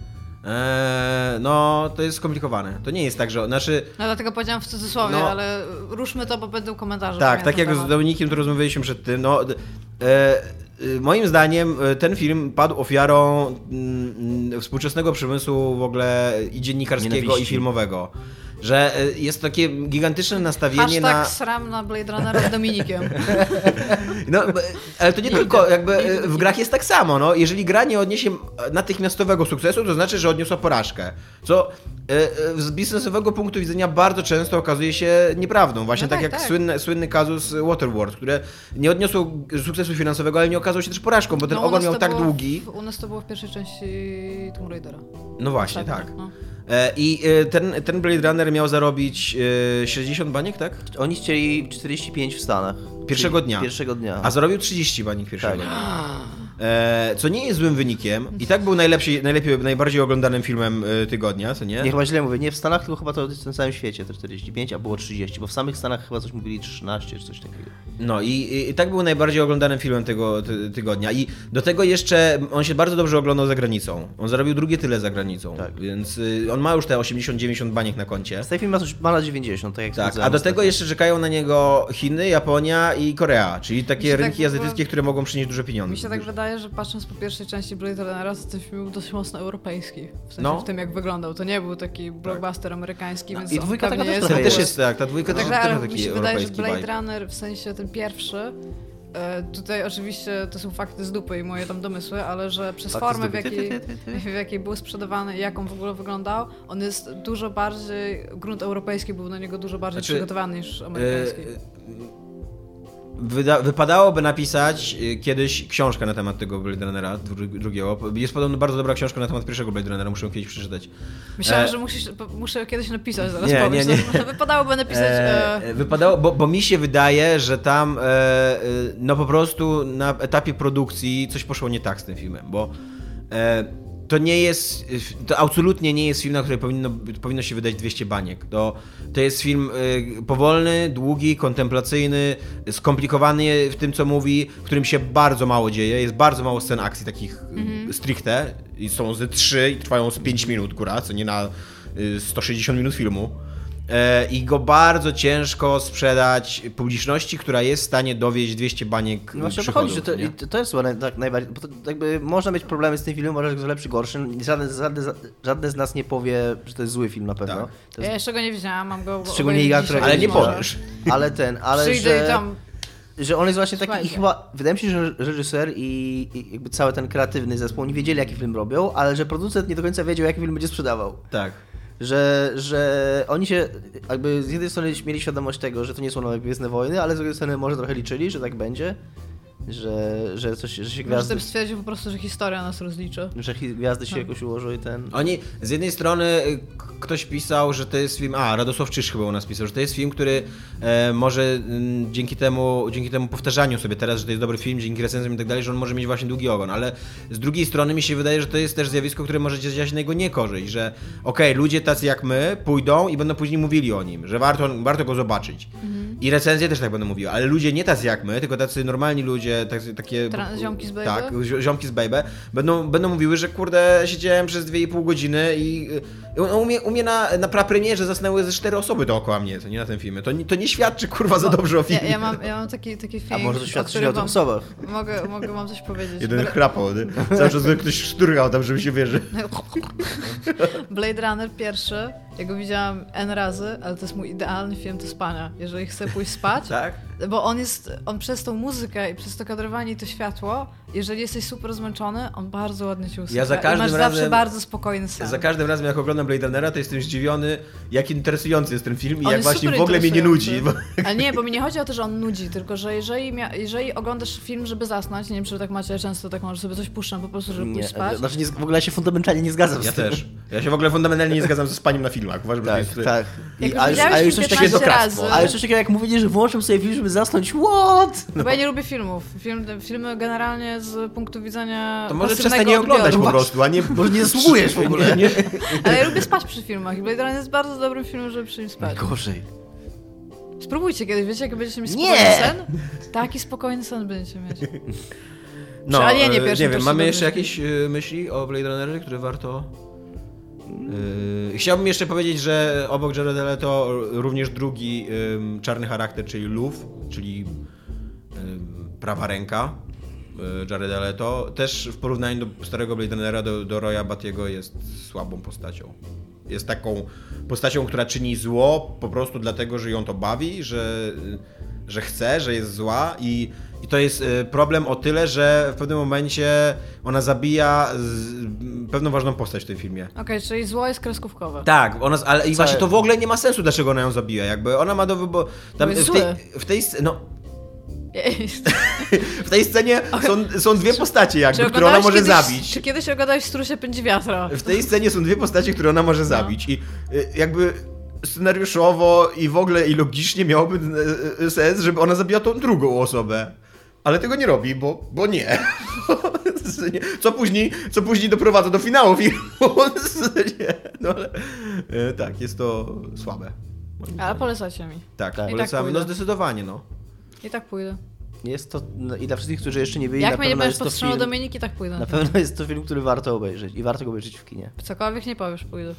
No, to jest skomplikowane. To nie jest tak, że... No dlatego powiedziałam w cudzysłowie, No, ale ruszmy to, bo będą komentarze. tak jak z Dominikiem tu rozmawialiśmy przed tym, no... Moim zdaniem ten film padł ofiarą współczesnego przemysłu w ogóle i dziennikarskiego, nienawiści. i filmowego. Że jest takie gigantyczne nastawienie Hashtag sram na Blade Runnera z Dominikiem. No, ale to nie tylko, jakby w grach jest tak samo, no. Jeżeli gra nie odniesie natychmiastowego sukcesu, to znaczy, że odniosła porażkę. Co z biznesowego punktu widzenia bardzo często okazuje się nieprawdą. Właśnie tak jak słynny kazus Waterworld, które nie odniosło sukcesu finansowego, ale nie okazało się też porażką, bo ten ogon miał tak długi. U nas to było w pierwszej części Tomb Raidera. No właśnie, tak. No. I ten Blade Runner miał zarobić 60 baniek, tak? Oni chcieli 45 w Stanach. Pierwszego dnia. A zarobił 30 baniek pierwszego dnia. Co nie jest złym wynikiem. I tak był najbardziej oglądanym filmem tygodnia, co nie? Nie, chyba źle mówię. Nie w Stanach, tylko chyba to jest na całym świecie te 45, a było 30, bo w samych Stanach chyba coś mówili 13 czy coś takiego. No i tak był najbardziej oglądanym filmem tego tygodnia. I do tego jeszcze on się bardzo dobrze oglądał za granicą. On zarobił drugie tyle za granicą. Tak. Więc on ma już te 80-90 baniek na koncie. Z tej film ma na 90, tak jak tak. A do tego jeszcze czekają na niego Chiny, Japonia i Korea, czyli takie rynki azjatyckie, które mogą przynieść duże pieniądze. Mi się tak wydaje, że patrząc po pierwszej części Blade Runnera, to ten film był dość mocno europejski. W sensie w tym, jak wyglądał. To nie był taki blockbuster amerykański, więc i dwójka taka jest. Też jest tak, ta dwójka też ale taki mi się wydaje, że europejski Blade vibe. Runner, w sensie ten pierwszy, tutaj oczywiście to są fakty z dupy i moje tam domysły, ale że przez fakty formę, w jakiej był sprzedawany i jaką w ogóle wyglądał, on jest dużo bardziej, grunt europejski był na niego dużo bardziej przygotowany niż amerykański. Wypadałoby napisać kiedyś książkę na temat tego Blade Runnera drugiego. Jest podobno bardzo dobra książka na temat pierwszego Blade Runnera, muszę ją kiedyś przeczytać. Myślałem, że muszę kiedyś napisać, zaraz nie. Wypadałoby napisać... Bo mi się wydaje, że tam no po prostu na etapie produkcji coś poszło nie tak z tym filmem, bo to absolutnie nie jest film, na który powinno się wydać 200 baniek. To jest film powolny, długi, kontemplacyjny, skomplikowany w tym, co mówi, w którym się bardzo mało dzieje. Jest bardzo mało scen akcji takich stricte. I są ze 3 i trwają z 5 minut, co nie na 160 minut filmu. I go bardzo ciężko sprzedać publiczności, która jest w stanie dowieść 200 baniek przychodów. Że to jest chyba tak najbardziej, bo to jakby można mieć problemy z tym filmem, może jest lepszy, gorszy. Żadne z nas nie powie, że to jest zły film na pewno. Tak. Ja jeszcze go nie widziałam, mam go szczególnie ja, ale nie powiesz. Że on jest właśnie taki i chyba, wydaje mi się, że reżyser i jakby cały ten kreatywny zespół, oni wiedzieli, jaki film robią, ale że producent nie do końca wiedział, jaki film będzie sprzedawał. Tak. Że oni się jakby z jednej strony mieli świadomość tego, że to nie są nowe Gwiezdne Wojny, ale z drugiej strony może trochę liczyli, że tak będzie. że się Może gwiazdy... tym stwierdził po prostu, że historia nas rozliczy. Że gwiazdy się jakoś ułożą i ten... Oni, z jednej strony ktoś pisał, że to jest film, Radosław Czyż chyba u nas pisał, że to jest film, który może dzięki temu powtarzaniu sobie teraz, że to jest dobry film, dzięki recenzjom i tak dalej, że on może mieć właśnie długi ogon, ale z drugiej strony mi się wydaje, że to jest też zjawisko, które może dziać na jego niekorzyść, że ludzie tacy jak my pójdą i będą później mówili o nim, że warto go zobaczyć. I recenzje też tak będą mówiły, ale ludzie nie tacy jak my, tylko tacy normalni ludzie, takie... Ziomki z Baby? Tak, ziomki z Baby, będą mówiły, że kurde, siedziałem przez 2,5 godziny i u mnie na prapremierze zasnęły ze 4 osoby dookoła mnie, co nie na tym filmie. To nie świadczy kurwa za dobrze o filmie. Ja mam taki film, A może to świadczy którym o tych osobach? Mogę wam coś powiedzieć. Jeden chrapał, cały czas ktoś szturchał tam, żeby się wierzy. Blade Runner pierwszy, ja go widziałam N razy, ale to jest mój idealny film do spania. Jeżeli chcę pójść spać, Tak? bo on przez tą muzykę i przez to kadrowanie i to światło, jeżeli jesteś super zmęczony, on bardzo ładnie cię usypia. Ja za każdym masz razem, zawsze bardzo spokojny sen. Za każdym razem, jak oglądam Blade Runnera, to jestem zdziwiony, jak interesujący jest ten film i On jak jest właśnie super w ogóle mnie nie nudzi. interesujący. Ale nie, bo mi nie chodzi o to, że on nudzi, tylko że jeżeli oglądasz film, żeby zasnąć, nie wiem, czy tak macie, często tak może sobie coś puszczam po prostu, żeby pójść spać. Znaczy w ogóle ja się fundamentalnie nie zgadzam Ja z tym. też. Ja się w ogóle fundamentalnie nie zgadzam ze spaniem na filmach. Uważam, że to jest... Tak. Jak już coś widziałeś takiego, film 15 razy. ale coś takiego jak mówienie, że włączam sobie film, żeby zasnąć, what? Bo ja nie lubię filmów. Filmy generalnie z punktu widzenia To może pasywnego przestań nie oglądać odbioru. po prostu, a nie... Może nie zasługujesz w ogóle. Ale ja lubię spać przy filmach i Blade Runner jest bardzo dobrym filmem, żeby przy nim spać. Gorzej. Spróbujcie kiedyś, wiecie, jak będziecie mieć Nie! spokojny sen? Taki spokojny sen będziecie mieć. Przy Alienie pierwszym nie wiem, też mamy się jeszcze dobrze jakieś myśli o Blade Runnerze, które warto... Chciałbym jeszcze powiedzieć, że obok Jareda Leto również drugi czarny charakter, czyli Luf, czyli prawa ręka Jareda Leto, też w porównaniu do starego Blade Runnera, do Roya Battiego jest słabą postacią. Jest taką postacią, która czyni zło po prostu dlatego, że ją to bawi, że chce, że jest zła i to jest problem o tyle, że w pewnym momencie ona zabija pewną ważną postać w tym filmie. Okej, czyli zło jest kreskówkowe. Tak, ale i właśnie to w ogóle nie ma sensu, dlaczego ona ją zabija. Jakby ona ma do wyboru. W tej scenie są dwie postacie, jakby, które ona może zabić. Czy kiedyś oglądałeś Strusie pędzi wiatra? W tej scenie są dwie postacie, które ona może zabić. I jakby scenariuszowo i w ogóle i logicznie miałoby sens, żeby ona zabiła tą drugą osobę. Ale tego nie robi, bo nie. Co później doprowadza do finału filmu. No ale tak, jest to słabe. Ale polecacie mi. Tak, tak polecamy. pójdę. No zdecydowanie, no. I tak pójdę. Jest to, i dla wszystkich, którzy jeszcze nie byli, Jak na mnie nie pewno będziesz jest to powstrzymał film, Dominiki, tak pójdę. na pewno jest to film, który warto obejrzeć i warto go obejrzeć w kinie. Cokolwiek nie powiesz, pójdę.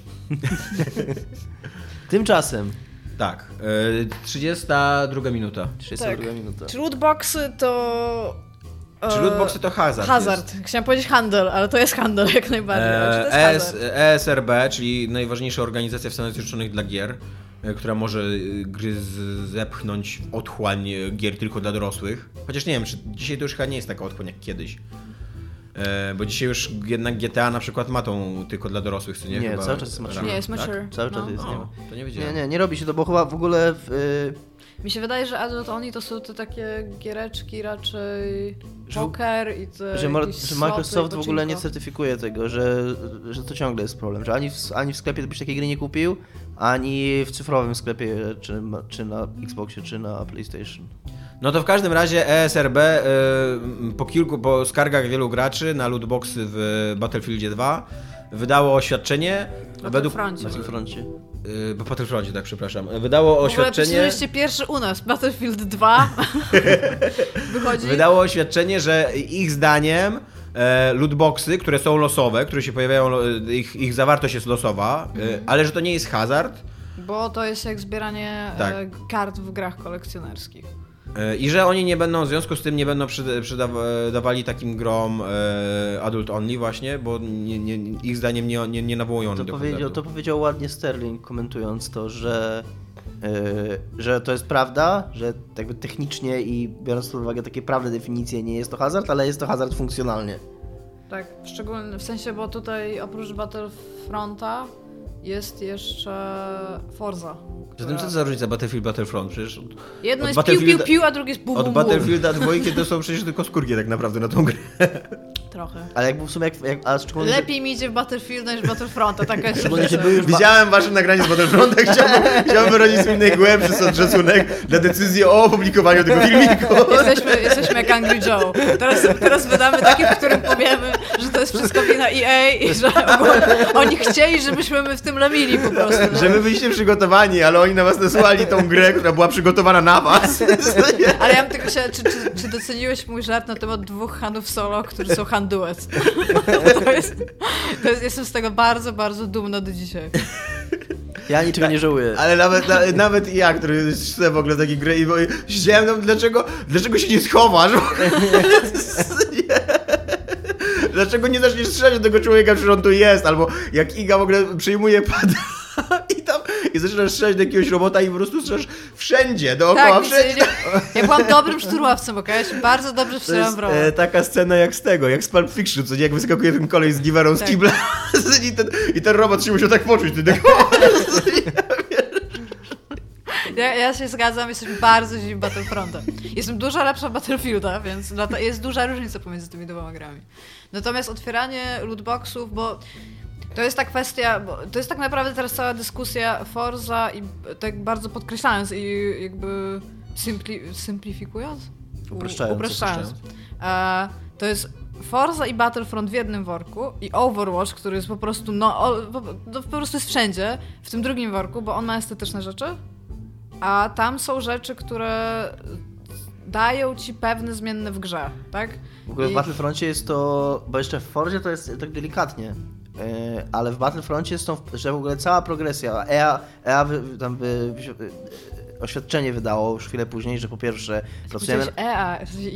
Tymczasem. Tak, 32 minuta. 32 minuta. Czy lootboxy to... Czy lootboxy to hazard? Hazard. Chciałam powiedzieć handel, ale to jest handel jak najbardziej. Ale czy to jest hazard? ESRB, czyli najważniejsza organizacja w Stanach Zjednoczonych dla gier, która może gry zepchnąć w otchłań gier tylko dla dorosłych. Chociaż nie wiem, czy dzisiaj to już chyba nie jest taka otchłań jak kiedyś. Bo dzisiaj już jednak GTA na przykład ma tą tylko dla dorosłych, co nie? Nie, chyba cały czas jest mature. Nie, jest mature. Tak? Cały czas No. jest, nie ma. To nie wiedziałem. Nie robi się to, bo chyba w ogóle Mi się wydaje, że Adult Only to są te takie giereczki raczej poker i te że jakieś Microsoft w sloty i ogóle nie pocinko. certyfikuje tego, że to ciągle jest problem, że ani w sklepie byś takiej gry nie kupił, ani w cyfrowym sklepie, czy na Xboxie, czy na PlayStation. No to w każdym razie ESRB po skargach wielu graczy na lootboxy w Battlefieldzie 2 wydało oświadczenie Battlefroncie. Na Battlefroncie. Po Battlefroncie, tak, przepraszam. Wydało oświadczenie. W ogóle byliście pierwszy u nas, Battlefield 2 wychodzi. Wydało oświadczenie, że ich zdaniem lootboxy, które są losowe, które się pojawiają, ich zawartość jest losowa, ale że to nie jest hazard. Bo to jest jak zbieranie Tak. kart w grach kolekcjonerskich. I że oni nie będą, w związku z tym nie będą dawali takim grom adult only właśnie, bo ich zdaniem nie nawołują one do hazardu. To powiedział ładnie Sterling, komentując to, że to jest prawda, że jakby technicznie i biorąc pod uwagę takie prawne definicje nie jest to hazard, ale jest to hazard funkcjonalnie. Tak, szczególnie w sensie, bo tutaj oprócz Battlefronta jest jeszcze Forza. Zatem co to za różnica Battlefield, Battlefront? Przecież jedno jest piu, a drugie jest bum, od bum, bum. Battlefielda 2 to są przecież tylko skórki tak naprawdę na tą grę. Trochę. Ale jakby w sumie, a szczególnie... Lepiej mi idzie w Battlefielda niż w Battlefronta, taka jest Szczególnie, że różnica. Widziałem wasze nagranie z Battlefronta, chciałbym wyrazić swój najgłębszy szacunek dla decyzji o opublikowaniu tego filmiku. Jesteśmy jak Angry Joe. Teraz wydamy taki, w którym powiemy, że to jest wszystko wina EA i że oni chcieli, żebyśmy my w tym lemili po prostu. No. Że wy byliście przygotowani, ale oni na was nasłali tą grę, która była przygotowana na was. Ale ja bym tylko się, czy doceniłeś mój żart na temat 2 Hanów Solo, którzy są Han Duet? Jestem z tego bardzo, bardzo dumna do dzisiaj. Ja niczego nie żałuję. Ale nawet ja, który chcę w ogóle takiej gry i siedziałem tam, dlaczego się nie schowasz? Dlaczego nie zaczniesz strzelać do tego człowieka, przecież on tu jest? Albo jak Iga w ogóle przyjmuje pada i zaczynasz strzelać do jakiegoś robota i po prostu strzelasz wszędzie, dookoła, Tak, wszędzie. Ja byłam dobrym szturłowcem, okej? Ja się bardzo dobrze To wstrzelam jest w rolę. taka scena jak z tego, jak z Pulp Fiction, co nie, jak wyskakuje ten kolej z giwerą z Tak. kibla i ten robot się musiał tak poczuć. Ja się zgadzam, jesteśmy bardzo źli w Battlefronta. Jestem dużo lepsza w Battlefielda, więc jest duża różnica pomiędzy tymi 2 grami. Natomiast otwieranie lootboxów, bo to jest ta kwestia, bo to jest tak naprawdę teraz cała dyskusja Forza i tak bardzo podkreślając i jakby simplifikując? Upraszczając. To jest Forza i Battlefront w jednym worku i Overwatch, który jest po prostu, po prostu jest wszędzie, w tym drugim worku, bo on ma estetyczne rzeczy, a tam są rzeczy, które dają ci pewne zmienne w grze, tak? W ogóle w Battlefroncie jest to, bo jeszcze w Forzie to jest tak delikatnie, ale w Battlefroncie jest to, że w ogóle cała progresja, EA oświadczenie wydało już chwilę później, że po pierwsze pracujemy... EA.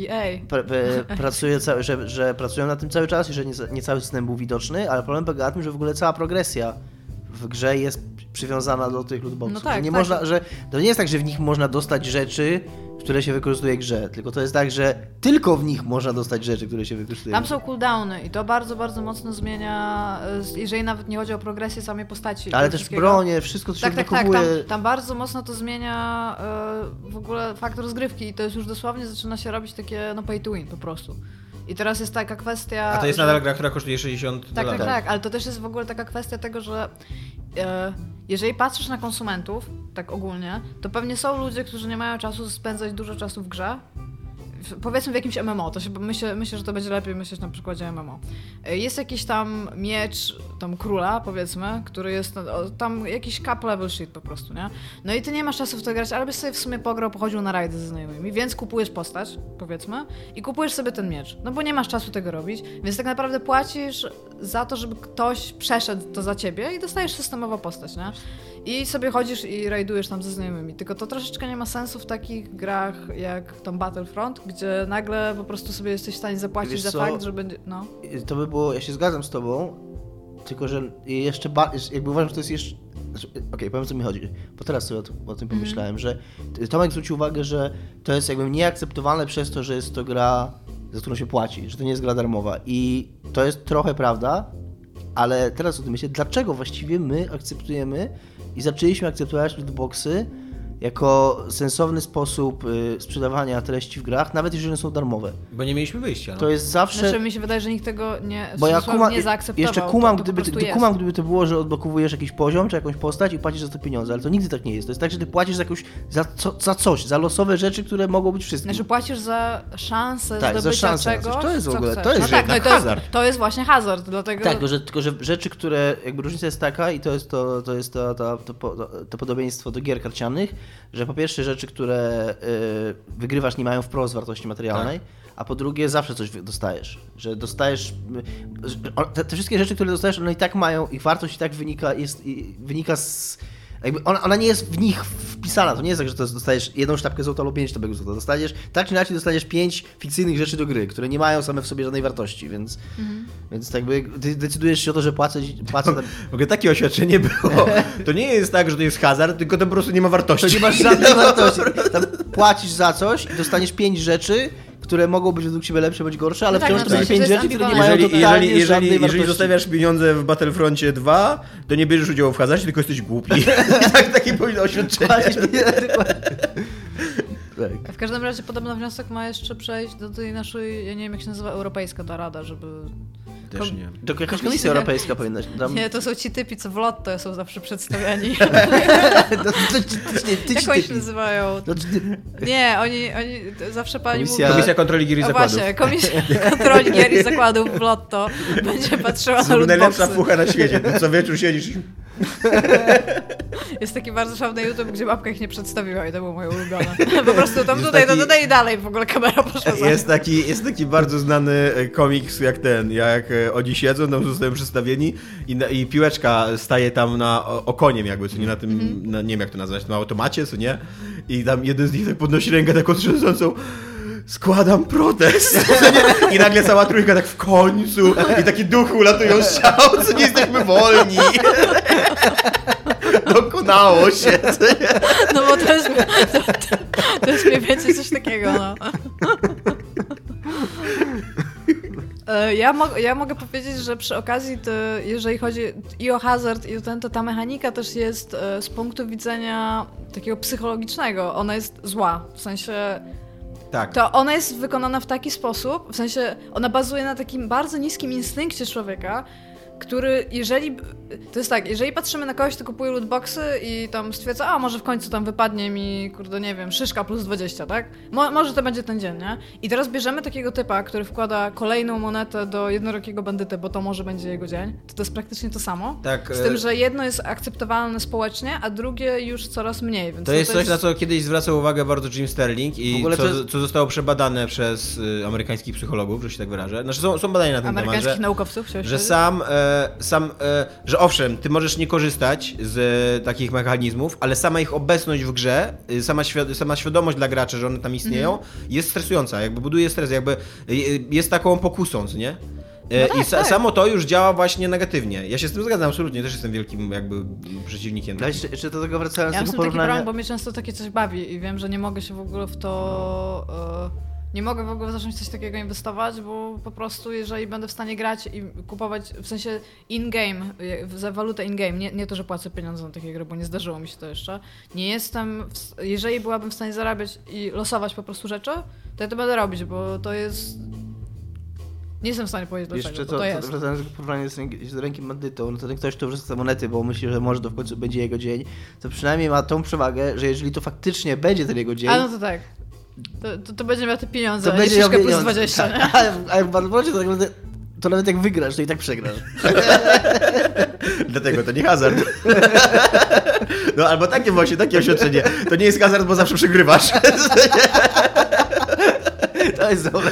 że pracują na tym cały czas i że nie cały system był widoczny, ale problem polega na tym, że w ogóle cała progresja w grze jest przywiązana do tych lootboxów. No tak, że nie tak. można, że to nie jest tak, że w nich można dostać rzeczy, które się wykorzystuje w grze, tylko to jest tak, że tylko w nich można dostać rzeczy, które się wykorzystuje. Tam są cooldowny i to bardzo, bardzo mocno zmienia, jeżeli nawet nie chodzi o progresję samej postaci. Ale też bronie, wszystko co się wykupuje. Tam bardzo mocno to zmienia w ogóle fakt rozgrywki i to jest już dosłownie zaczyna się robić takie pay to win po prostu. I teraz jest taka kwestia... A to jest nadal gra, która kosztuje $60. Tak, ale to też jest w ogóle taka kwestia tego, że jeżeli patrzysz na konsumentów, tak ogólnie, to pewnie są ludzie, którzy nie mają czasu spędzać dużo czasu w grze. Powiedzmy w jakimś MMO, to się myślę, że to będzie lepiej myśleć na przykładzie MMO. Jest jakiś tam miecz, tam króla, powiedzmy, który jest tam jakiś cap level shit po prostu, nie? No i ty nie masz czasu w to grać, ale byś sobie w sumie pograł, pochodził na rajdy ze znajomymi, więc kupujesz postać, powiedzmy, i kupujesz sobie ten miecz. No bo nie masz czasu tego robić, więc tak naprawdę płacisz za to, żeby ktoś przeszedł to za ciebie i dostajesz systemowo postać, nie? I sobie chodzisz i rajdujesz tam ze znajomymi. Tylko to troszeczkę nie ma sensu w takich grach jak tam Battlefront, gdzie nagle po prostu sobie jesteś w stanie zapłacić za fakt, że będzie... No. To by było, ja się zgadzam z tobą, tylko że jeszcze jakby uważam, że to jest jeszcze... Okej, powiem co mi chodzi, bo teraz sobie o tym pomyślałem, że Tomek zwrócił uwagę, że to jest jakby nieakceptowalne przez to, że jest to gra, za którą się płaci, że to nie jest gra darmowa i to jest trochę prawda, ale teraz o tym myślę, dlaczego właściwie my akceptujemy i zaczęliśmy akceptować lootboxy jako sensowny sposób sprzedawania treści w grach, nawet jeżeli one są darmowe. Bo nie mieliśmy wyjścia. No. To jest zawsze... Znaczy mi się wydaje, że nikt tego nie, bo ja nie zaakceptował. Jeszcze gdyby to było, że odblokowujesz jakiś poziom, czy jakąś postać i płacisz za to pieniądze, ale to nigdy tak nie jest. To jest tak, że ty płacisz za coś, za losowe rzeczy, które mogą być wszystkim. Znaczy płacisz za szansę tak, zdobycia za szansę czegoś, to jest w ogóle, co to jest, no tak, no hazard. To jest właśnie hazard, dlatego... Tak, tylko że rzeczy, które, jakby różnica jest taka i to jest to podobieństwo do gier karcianych, że po pierwsze rzeczy, które wygrywasz, nie mają wprost wartości materialnej, tak. A po drugie zawsze coś dostajesz, że dostajesz, te wszystkie rzeczy, które dostajesz, one i tak mają, ich wartość i tak wynika z, jakby ona nie jest w nich wpisana, to nie jest tak, że to dostajesz jedną sztabkę złota lub 5 sztabek złota, dostajesz, tak czy inaczej dostajesz 5 fikcyjnych rzeczy do gry, które nie mają same w sobie żadnej wartości, więc jakby ty decydujesz się o to, że płacę W ogóle takie oświadczenie było, to nie jest tak, że to jest hazard, tylko to po prostu nie ma wartości. To nie masz żadnej wartości, tam płacisz za coś i dostaniesz 5 rzeczy, które mogą być według siebie lepsze bądź gorsze, ale No tak, wciąż no to to będzie jest 5 rzeczy, które nie mają ambiwalentne. totalnie żadnej jeżeli wartości. zostawiasz pieniądze w Battlefroncie 2, to nie bierzesz udziału w hazardzie, tylko jesteś głupi. Takie powinno oświadczenie. Tak. W każdym razie podobno wniosek ma jeszcze przejść do tej naszej, ja nie wiem jak się nazywa, europejska ta rada, żeby... Też nie. To jakaś komisja europejska powinna się tam... Nie, to są ci typi, co w Lotto są zawsze przedstawiani. Jak oni się nazywają? Nie, oni zawsze pani mówi... Komisja Kontroli Gier i O Zakładów. właśnie, Komisja Kontroli Gier i Zakładów w Lotto będzie patrzyła na To najlepsza lootboxy. fucha na świecie. Co wieczór siedzisz i... Jest taki bardzo szalony YouTube, gdzie babka ich nie przedstawiła i to było moje ulubione. Po prostu tam Jest tutaj, taki- to tutaj i dalej w ogóle kamera poszła za. Jest taki bardzo znany komiks jak ten, jak oni siedzą, tam zostają przedstawieni i piłeczka staje tam na okoniem jakby, co nie na tym, nie wiem jak to nazwać, na automacie, co nie? I tam jeden z nich tak podnosi rękę taką trzęsącą, składam protest. I nagle cała trójka tak w końcu i takie duchy ulatują z ciał, co nie jesteśmy wolni. Dokonało się. Co nie? No bo to jest mniej więcej coś takiego, no. Ja mogę powiedzieć, że przy okazji, to, jeżeli chodzi i o hazard, i o ten, to ta mechanika też jest z punktu widzenia takiego psychologicznego, ona jest zła. W sensie, Tak. to ona jest wykonana w taki sposób, w sensie ona bazuje na takim bardzo niskim instynkcie człowieka, który to jest tak, jeżeli patrzymy na kogoś, kto kupuje lootboxy i tam stwierdza, a może w końcu tam wypadnie mi, kurde, nie wiem, szyszka plus 20, tak? Może to będzie ten dzień, nie? I teraz bierzemy takiego typa, który wkłada kolejną monetę do jednorokiego bandyty, bo to może będzie jego dzień, to jest praktycznie to samo. Tak, Z tym, że jedno jest akceptowalne społecznie, a drugie już coraz mniej, więc To jest coś, na co kiedyś zwracał uwagę bardzo Jim Sterling i W ogóle co zostało przebadane przez amerykańskich psychologów, że się tak wyrażę. Znaczy są badania na ten temat, amerykańskich naukowców, chciałeś że powiedzieć? że owszem, ty możesz nie korzystać z takich mechanizmów, ale sama ich obecność w grze, sama świadomość dla graczy, że one tam istnieją, jest stresująca, jakby buduje stres, jakby jest taką pokusą, co nie? No tak, I tak. samo to już działa właśnie negatywnie. Ja się z tym zgadzam, absolutnie, też jestem wielkim jakby przeciwnikiem. Ale jeszcze do tego wracając Ja do mam tego taki porównania... problem, bo mnie często takie coś bawi i wiem, że nie mogę się w ogóle w to... nie mogę w ogóle zacząć coś takiego inwestować, bo po prostu jeżeli będę w stanie grać i kupować, w sensie in-game, za walutę in-game, nie to, że płacę pieniądze na takie gry, bo nie zdarzyło mi się to jeszcze, nie jestem... Jeżeli byłabym w stanie zarabiać i losować po prostu rzeczy, to ja to będę robić, bo to jest... Nie jestem w stanie powiedzieć dlaczego, Jeszcze bo to jest. wracając do porównania z ręki bandytą, no to ten ktoś, kto wrzuca monety, bo myśli, że może to w końcu będzie jego dzień, to przynajmniej ma tą przewagę, że jeżeli to faktycznie będzie ten jego dzień, A no to tak. To będzie miał te pieniądze, to a będzie nie miał plus pieniądze. 20, nie? Tak. A w Battlefroncie to tak naprawdę, to nawet jak wygrasz, to i tak przegrasz. Dlatego to nie hazard. No albo takie oświadczenie. To nie jest hazard, bo zawsze przegrywasz. To jest dobre.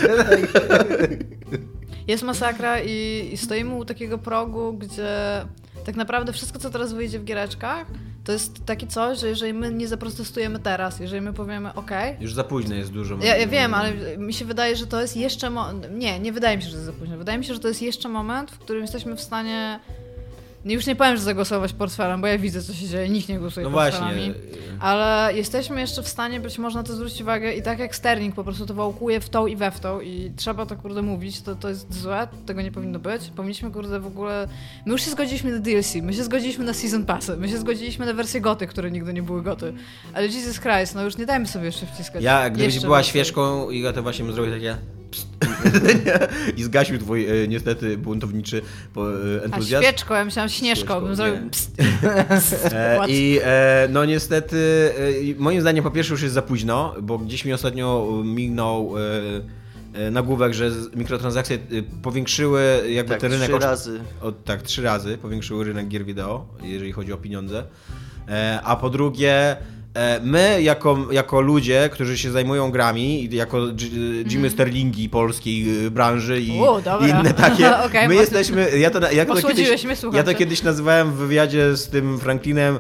Jest masakra i stoimy u takiego progu, gdzie tak naprawdę wszystko, co teraz wyjdzie w giereczkach, to jest takie coś, że jeżeli my nie zaprotestujemy teraz, jeżeli my powiemy okej, Już za późno jest dużo. ja wiem, ale mi się wydaje, że to jest jeszcze... Nie wydaje mi się, że jest za późno. Wydaje mi się, że to jest jeszcze moment, w którym jesteśmy w stanie... Już nie powiem, że zagłosować portfelem, bo ja widzę, co się dzieje, nikt nie głosuje No portfelami. właśnie. Ale jesteśmy jeszcze w stanie, być może na to zwrócić uwagę i tak jak Sterling po prostu to wałkuje w tą i we w tą i trzeba to kurde mówić, to jest złe, tego nie powinno być. Powinniśmy kurde w ogóle... My już się zgodziliśmy na DLC, my się zgodziliśmy na Season Passy, my się zgodziliśmy na wersje goty, które nigdy nie były goty. Ale Jesus Christ, no już nie dajmy sobie jeszcze wciskać. Gdybyś jeszcze była więcej. świeczką i ja to właśnie bym zrobił takie... pst. I zgasił twój niestety buntowniczy A entuzjazm. świeczką, ja myślałam śnieżką, bym nie. zrobił pst. I no niestety, moim zdaniem po pierwsze już jest za późno, bo gdzieś mi ostatnio mignął nagłówek, że mikrotransakcje powiększyły jakby Tak, ten rynek 3 razy. Tak, 3 razy powiększyły rynek gier wideo, jeżeli chodzi o pieniądze. A po drugie, my jako ludzie, którzy się zajmują grami, jako Jimmy Sterlingi polskiej branży i dobra. inne takie, Okej, my bo- jesteśmy, Posłodziłeś mnie, słucham ja to cię. kiedyś nazywałem w wywiadzie z tym Franklinem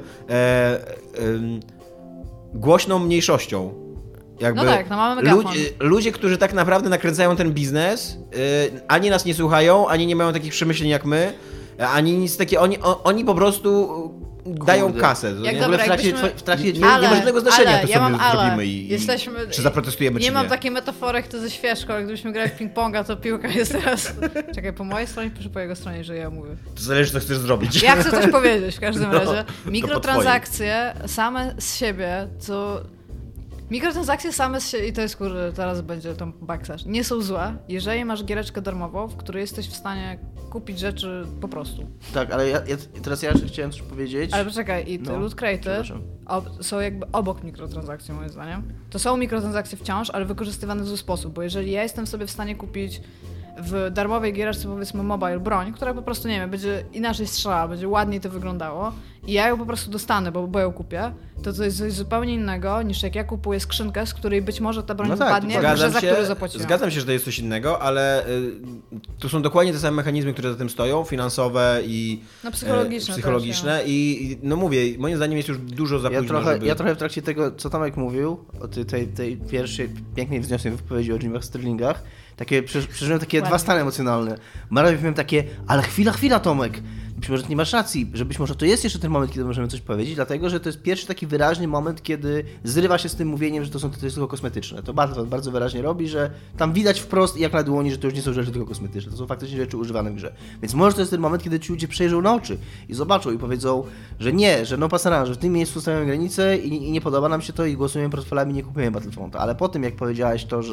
głośną mniejszością. Jakby No tak, no mamy megafon. ludzie, którzy tak naprawdę nakręcają ten biznes, ani nas nie słuchają, ani nie mają takich przemyśleń jak my, ani nic takiego. Oni po prostu dają kasę. Jak Nie? dobra, w trakcie nie ma żadnego znaczenia, jak to ja mam sobie zrobimy czy zaprotestujemy, nie czy nie. mam takiej metafory jak to ze świeczką, ale gdybyśmy grali w ping-ponga, to piłka jest teraz... Czekaj, po mojej stronie, czy po jego stronie, że ja mówię? To zależy, co chcesz zrobić. Ja chcę coś powiedzieć w każdym razie. po Mikrotransakcje same z siebie, co... Mikrotransakcje same z siebie, i to jest kurde, teraz będzie tam backslash, nie są złe, jeżeli masz giereczkę darmową, w której jesteś w stanie kupić rzeczy po prostu. Tak, ale teraz ja jeszcze chciałem coś powiedzieć. Ale poczekaj, i te loot crate'y są jakby obok mikrotransakcji moim zdaniem. To są mikrotransakcje wciąż, ale wykorzystywane w zły sposób, bo jeżeli ja jestem sobie w stanie kupić w darmowej giereczce, powiedzmy mobile, broń, która po prostu, nie wiem, będzie inaczej strzelała, będzie ładniej to wyglądało i ja ją po prostu dostanę, bo ją kupię, to jest coś zupełnie innego niż jak ja kupuję skrzynkę, z której być może ta broń wypadnie, za którą zapłaciłem. Zgadzam się, że to jest coś innego, ale tu są dokładnie te same mechanizmy, które za tym stoją, finansowe i psychologiczne też, i no mówię, moim zdaniem jest już dużo za późno, Ja trochę w trakcie tego, co Tomek mówił, o tej pierwszej pięknej wzniosłej wypowiedzi o Jimach Sterlingach, przeżyłem takie dwa stany emocjonalne. Marowi powiem takie, ale chwila Tomek, być może nie masz racji, że być może to jest jeszcze ten moment, kiedy możemy coś powiedzieć, dlatego, że to jest pierwszy taki wyraźny moment, kiedy zrywa się z tym mówieniem, że to jest tylko kosmetyczne. To bardzo, bardzo wyraźnie robi, że tam widać wprost jak na dłoni, że to już nie są rzeczy tylko kosmetyczne, to są faktycznie rzeczy używane w grze. Więc może to jest ten moment, kiedy ci ludzie przejrzą na oczy i zobaczą i powiedzą, że nie, że no pasaran, że w tym miejscu stawiamy granice i nie podoba nam się to i głosujemy portfelami, nie kupujemy Battlefronta. Ale po tym, jak powiedziałeś to,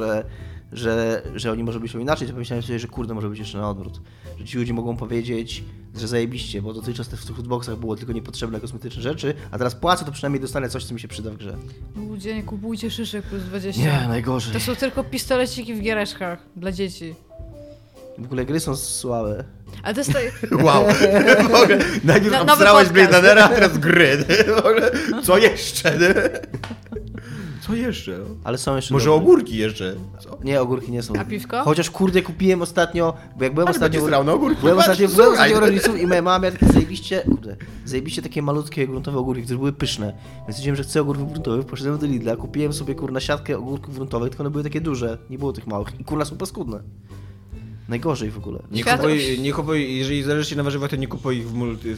że oni może myślą inaczej, to pomyślałem sobie, że kurde, może być jeszcze na odwrót. Że ci ludzie mogą powiedzieć, że zajebiście, bo dotychczas w tych lootboxach było tylko niepotrzebne kosmetyczne rzeczy, a teraz płacę, to przynajmniej dostanę coś, co mi się przyda w grze. Ludzie, nie kupujcie szyszek plus 20. Nie, najgorzej. To są tylko pistoleciki w giereczkach dla dzieci. W ogóle gry są słabe. Ale to jest Wow. Najpierw obstrałeś Blade Runnera, a teraz gry. Co jeszcze? Co jeszcze? Ale są jeszcze. Może dobre. ogórki jeszcze? Co? Nie, ogórki nie są. A piwko? Chociaż kurde kupiłem ostatnio, bo jak byłem Ale ostatnio. strał na ogórki. Byłem ostatnio u rodziców i moja mama miała takie zajebiście takie malutkie gruntowe ogórki, które były pyszne. Więc stwierdziłem, że chcę ogórków gruntowych, poszedłem do Lidla, kupiłem sobie kurna siatkę ogórków gruntowych, tylko one były takie duże, nie było tych małych i kurna są paskudne. Najgorzej w ogóle. Nie kupuj, jeżeli zależy ci na warzywach, to nie kupuj ich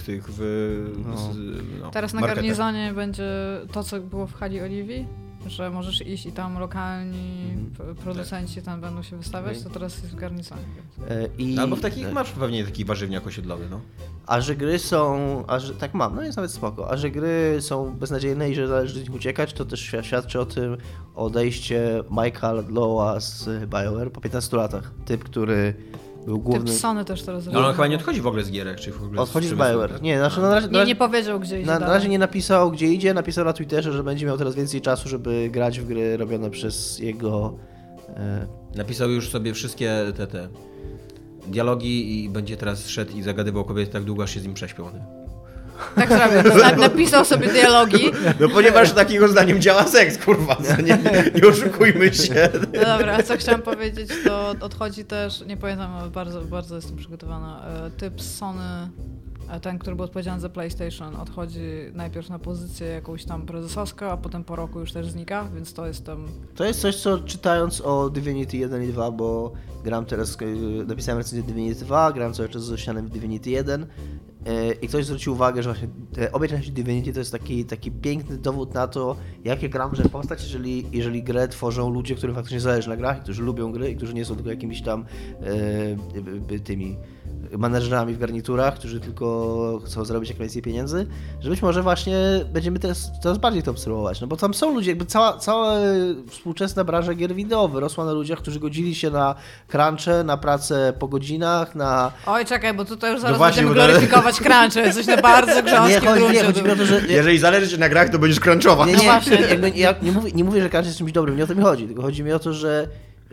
Teraz na marketach. Garnizonie będzie to, co było w hali Oliwii, że możesz iść i tam lokalni producenci tam będą się wystawiać, to teraz jest w Garnizonie. Albo w takich, masz pewnie taki warzywniak osiedlowy, no. A że gry są, tak mam, no jest nawet spoko, a że gry są beznadziejne i że należy z nich uciekać, to też świadczy o tym odejście Michaela Lowa z BioWare po 15 latach. Typ, który był główny... Typ Sony też teraz No on chyba nie odchodzi w ogóle z gierek, czy w ogóle odchodzi z BioWare. Nie, znaczy na razie, nie powiedział, gdzie idzie. Na razie nie napisał, gdzie idzie, napisał na Twitterze, że będzie miał teraz więcej czasu, żeby grać w gry robione przez jego... Napisał już sobie wszystkie te dialogi i będzie teraz szedł i zagadywał kobiety tak długo, aż się z nim prześpią. Tak zrobił. Napisał sobie dialogi. No ponieważ takiego zdaniem działa seks, kurwa, nie oszukujmy się. No dobra, a co chciałam powiedzieć, to odchodzi też, nie pamiętam, ale bardzo jestem przygotowana, typ z Sony, ten, który był odpowiedzialny za PlayStation, odchodzi najpierw na pozycję jakąś tam prezesowską, a potem po roku już też znika, więc to jest tam... To jest coś, co czytając o Divinity 1 i 2, bo gram teraz, napisałem recenzję Divinity 2, gram cały czas z Osianem w Divinity 1 i ktoś zwrócił uwagę, że właśnie obie części Divinity to jest taki piękny dowód na to, jakie gra może powstać, jeżeli grę tworzą ludzie, którym faktycznie zależy na grach, którzy lubią gry i którzy nie są tylko jakimiś tam tymi menedżerami w garniturach, którzy tylko chcą zarobić jak najwięcej pieniędzy, że być może właśnie będziemy coraz bardziej to obserwować, no bo tam są ludzie, jakby cała współczesna branża gier wideo wyrosła na ludziach, którzy godzili się na crunche, na pracę po godzinach, na... Oj, czekaj, bo tutaj już zaraz będziemy gloryfikować crunche, jesteś na bardzo grząskim gruncie. Chodzi mi o to, że... Jeżeli zależy ci na grach, to będziesz crunchować. Nie, jakby ja nie mówię, że crunch jest czymś dobrym, nie o to mi chodzi, tylko chodzi mi o to, że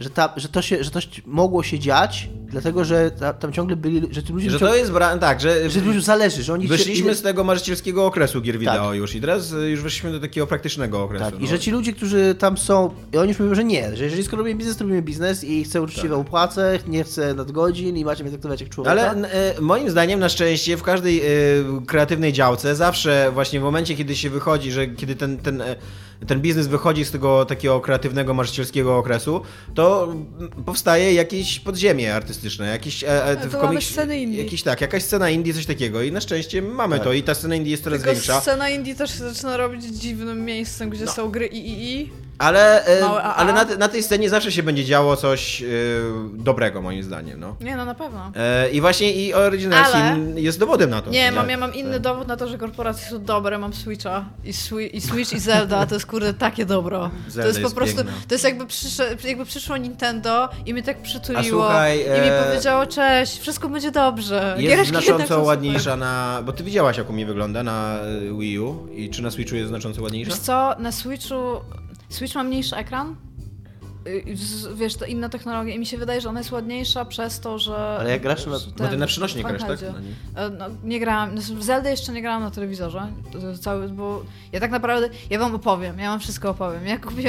to mogło się dziać, dlatego że tam ciągle byli, że tym ludziom... Że to jest tak, że ludziom zależy, że oni... Wyszliśmy z tego marzycielskiego okresu gier wideo już i teraz już weszliśmy do takiego praktycznego okresu. Tak, i że ci ludzie, którzy tam są, i oni już mówią, że nie, że jeżeli skoro robimy biznes, to robimy biznes i chcę uczciwą płacę, nie chcę nadgodzin i macie mnie traktować jak człowieka. Ale moim zdaniem na szczęście w każdej kreatywnej działce zawsze właśnie w momencie, kiedy się wychodzi, że kiedy ten ten biznes wychodzi z tego takiego kreatywnego, marzycielskiego okresu, to powstaje jakieś podziemie artystyczne, jakieś mamy sceny indie. jakaś scena indie, coś takiego i na szczęście mamy to i ta scena indie jest coraz większa. Scena indie też się zaczyna robić dziwnym miejscem, gdzie są gry III. Ale na tej scenie zawsze się będzie działo coś dobrego, moim zdaniem. No. Nie, no na pewno. I właśnie i Original Sin jest dowodem na to. Ja mam inny dowód na to, że korporacje są dobre. Mam Switcha i Switch i Zelda to jest kurde takie dobro. Zelda to jest po prostu, piękna. to jest jakby przyszło Nintendo i mnie tak przytuliło słuchaj, i mi powiedziało cześć, wszystko będzie dobrze. Jest Giereczki znacząco są ładniejsza super. bo ty widziałaś, jak u mnie wygląda na Wii U i czy na Switchu jest znacząco ładniejsza? Wiesz co, na Switch ma mniejszy ekran. Wiesz, to inna technologia i mi się wydaje, że ona jest ładniejsza przez to, że... Ale jak grasz na... No ty na przenośnie grasz, tak? No, nie grałam, w Zeldę jeszcze nie grałam na telewizorze, bo ja tak naprawdę, ja wam opowiem, ja wam wszystko opowiem.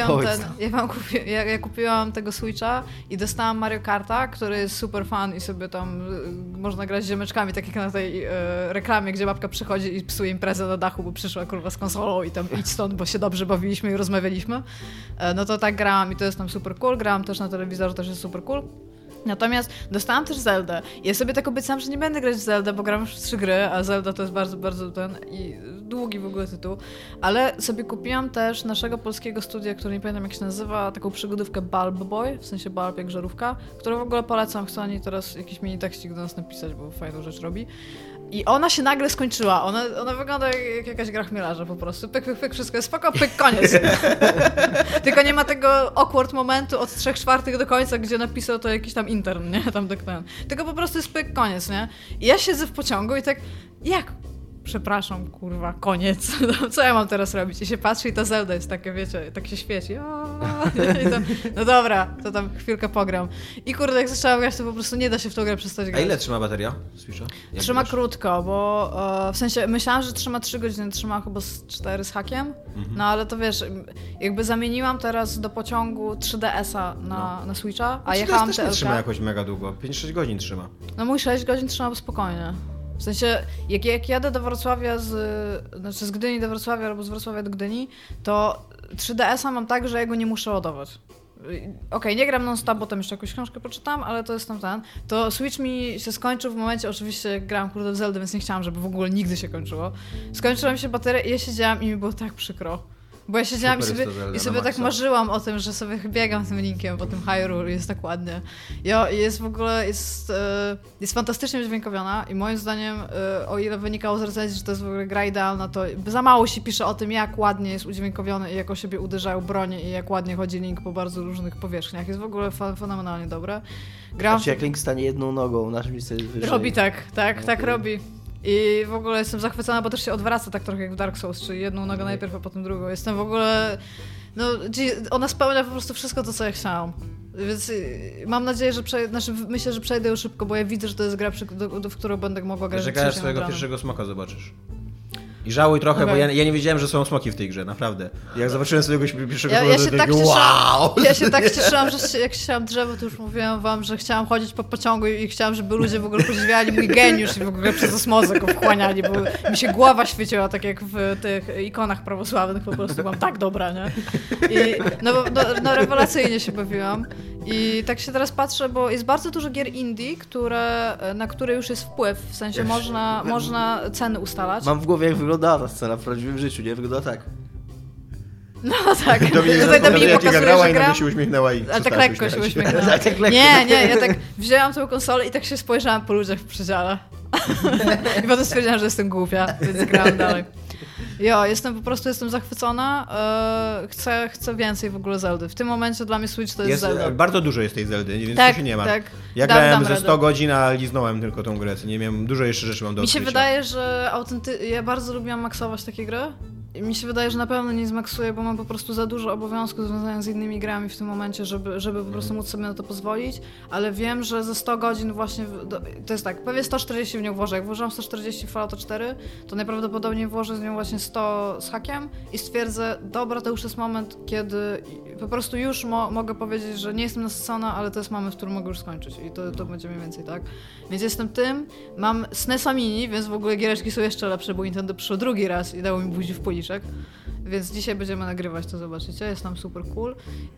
Ja kupiłam tego Switcha i dostałam Mario Karta, który jest super fan i sobie tam można grać z ziomeczkami, tak jak na tej reklamie, gdzie babka przychodzi i psuje imprezę na dachu, bo przyszła kurwa z konsolą i tam idź stąd, bo się dobrze bawiliśmy i rozmawialiśmy. No to tak grałam i to jest tam super cool, grałam też na telewizorze, też jest super cool. Natomiast dostałam też Zeldę. I ja sobie tak obiecałam, że nie będę grać w Zeldę, bo gram już w 3 gry, a Zelda to jest bardzo, bardzo i długi w ogóle tytuł. Ale sobie kupiłam też naszego polskiego studia, który nie pamiętam jak się nazywa, taką przygodówkę Bulb Boy, w sensie Bulb jak żarówka, którą w ogóle polecam, chcę o niej teraz jakiś mini tekstik do nas napisać, bo fajną rzecz robi. I ona się nagle skończyła. Ona wygląda jak jakaś gra chmielarza po prostu. Pyk, pyk, pyk, wszystko jest spoko, pyk, koniec. Tylko nie ma tego awkward momentu od 3/4 do końca, gdzie napisał to jakiś tam intern, nie? Tam tak ten. Tylko po prostu jest pyk, koniec, nie? I ja siedzę w pociągu i tak, jak? Przepraszam, kurwa, koniec. Co ja mam teraz robić? I się patrzy i ta Zelda jest takie, wiecie, tak się świeci. I tam, no dobra, to tam chwilkę pogram. I kurde, jak zaczęłam grać, to po prostu nie da się w tą grę przestać grać. A ile trzyma bateria Switcha? Trzyma krótko, bo w sensie myślałam, że trzyma 3 godziny, trzyma chyba z 4 z hakiem. No ale to wiesz, jakby zamieniłam teraz do pociągu 3DS-a na Switcha, a jechałam też nie trzyma jakoś mega długo, 5-6 godzin trzyma. No mój 6 godzin trzyma spokojnie. W sensie, jak jadę do Wrocławia z Gdyni do Wrocławia albo z Wrocławia do Gdyni, to 3DS-a mam tak, że ja go nie muszę ładować. Okej, nie gram non-stop, bo tam jeszcze jakąś książkę przeczytam, ale to jest tam ten. To Switch mi się skończył w momencie, oczywiście jak grałam kurde w Zeldę, więc nie chciałam, żeby w ogóle nigdy się kończyło. Skończyła mi się bateria i ja siedziałam i mi było tak przykro. Bo ja siedziałam i sobie tak marzyłam o tym, że sobie biegam tym linkiem po tym Hyrule i jest tak ładnie. Jest w ogóle, jest fantastycznie udźwiękowiona i moim zdaniem, o ile wynikało z recenzji, że to jest w ogóle gra idealna, to za mało się pisze o tym, jak ładnie jest udźwiękowione i jak o siebie uderzają bronie i jak ładnie chodzi Link po bardzo różnych powierzchniach. Jest w ogóle fenomenalnie dobre. Znaczy jak Link stanie jedną nogą, nasz miejsce jest wyżej. Robi tak robi. I w ogóle jestem zachwycona, bo też się odwraca tak trochę jak w Dark Souls, czyli jedną nogę najpierw, a potem drugą. Jestem w ogóle... No, ona spełnia po prostu wszystko to, co ja chciałam. Więc mam nadzieję, że myślę, że przejdę już szybko, bo ja widzę, że to jest gra, w którą będę mogła grać. Czekasz swojego pierwszego smoka zobaczysz. I żałuj trochę, bo ja nie wiedziałem, że są smoki w tej grze, naprawdę. Jak zobaczyłem swojego pierwszego smoka, wow! Ja się tak cieszyłam, że jak chciałam drzewo, to już mówiłam wam, że chciałam chodzić po pociągu i chciałam, żeby ludzie w ogóle podziwiali mój geniusz i w ogóle przez osmozę go wchłaniali, bo mi się głowa świeciła, tak jak w tych ikonach prawosławnych, po prostu byłam tak dobra, nie? I no rewelacyjnie się bawiłam. I tak się teraz patrzę, bo jest bardzo dużo gier indie, na które już jest wpływ, w sensie można ceny ustalać. Mam w głowie, jak wyglądała ta scena w prawdziwym życiu, nie? Wygląda tak. No tak. Tutaj Dominik pokazuje, że gram. się uśmiechnęła i ale tak lekko się uśmiechnęła. Nie, ja tak wzięłam tę konsolę i tak się spojrzałam po ludziach w przedziale. I potem stwierdziłam, że jestem głupia, więc grałam dalej. Jestem zachwycona. Chcę więcej w ogóle Zeldy. W tym momencie dla mnie Switch to jest Zelda. Bardzo dużo jest tej Zeldy, więc tak, to się nie ma. Tak. Ja grałem ze 100 godzin, a liznąłem tylko tą grę. Nie miałem, dużo jeszcze rzeczy mam do odkrycia. Mi się wydaje, że ja bardzo lubiłam maksować takie gry. I mi się wydaje, że na pewno nie zmaksuję, bo mam po prostu za dużo obowiązków związanych z innymi grami w tym momencie, żeby po prostu móc sobie na to pozwolić, ale wiem, że ze 100 godzin właśnie, to jest tak, pewnie 140 w nią włożę. Jak włożyłam 140 w Fallout 4, to najprawdopodobniej włożę z nią właśnie 100 z hakiem i stwierdzę, dobra, to już jest moment, kiedy po prostu już mogę powiedzieć, że nie jestem nasycona, ale to jest moment, w którym mogę już skończyć i to będzie mniej więcej tak. Więc jestem tym, mam SNES-a mini, więc w ogóle giereczki są jeszcze lepsze, bo Nintendo przyszło drugi raz i dało mi buzi w policzek. Więc dzisiaj będziemy nagrywać, to zobaczycie, jest tam super cool.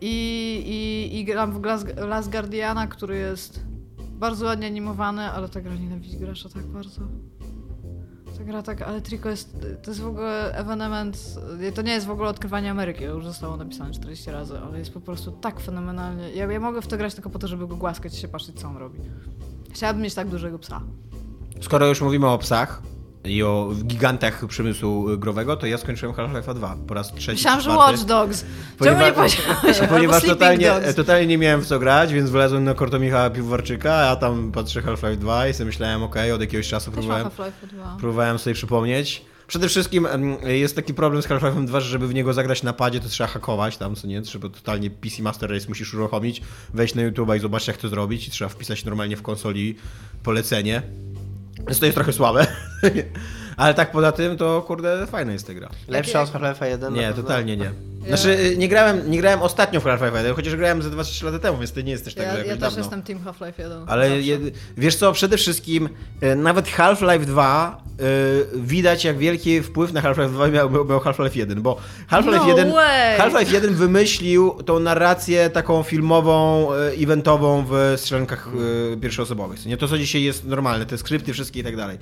I gram w Last Guardiana, który jest bardzo ładnie animowany, ale ta gra nienawidzi gracza tak bardzo. Ta gra tak, ale Trico to jest w ogóle ewenement, to nie jest w ogóle odkrywanie Ameryki, już zostało napisane 40 razy, ale jest po prostu tak fenomenalnie. Ja mogę w to grać tylko po to, żeby go głaskać i się patrzeć, co on robi. Chciałabym mieć tak dużego psa. Skoro już mówimy o psach i o gigantach przemysłu growego, to ja skończyłem Half-Life'a 2 po raz trzeci. Myślałam, że Watch Dogs. Czemu nie powiedziałeś? Ponieważ Dogs. totalnie nie miałem w co grać, więc wylazłem na konto Michała Piwowarczyka, a ja tam patrzę Half-Life 2 i sobie myślałem, okej, od jakiegoś czasu próbowałem sobie przypomnieć. Przede wszystkim jest taki problem z Half-Life'em 2, że żeby w niego zagrać na padzie, to trzeba hakować tam, co nie? Trzeba totalnie PC Master Race musisz uruchomić, wejść na YouTube'a i zobaczyć, jak to zrobić i trzeba wpisać normalnie w konsoli polecenie. Więc to jest trochę słabe. Ale tak poza tym, to kurde, fajna jest ta gra. Lepsza od Half-Life'a 1? Nie, totalnie nie. Znaczy, nie grałem ostatnio w Half-Life 1, chociaż grałem ze 2-3 lata temu, więc to nie jest też tak, że jakoś Ja też dawno. jestem Team Half-Life 1. Ale wiesz co, przede wszystkim nawet Half-Life 2 widać, jak wielki wpływ na Half-Life 2 miał Half-Life 1, bo Half-Life 1 wymyślił tą narrację taką filmową, eventową w strzelankach pierwszoosobowych. Nie to, co dzisiaj jest normalne, te skrypty wszystkie i tak dalej.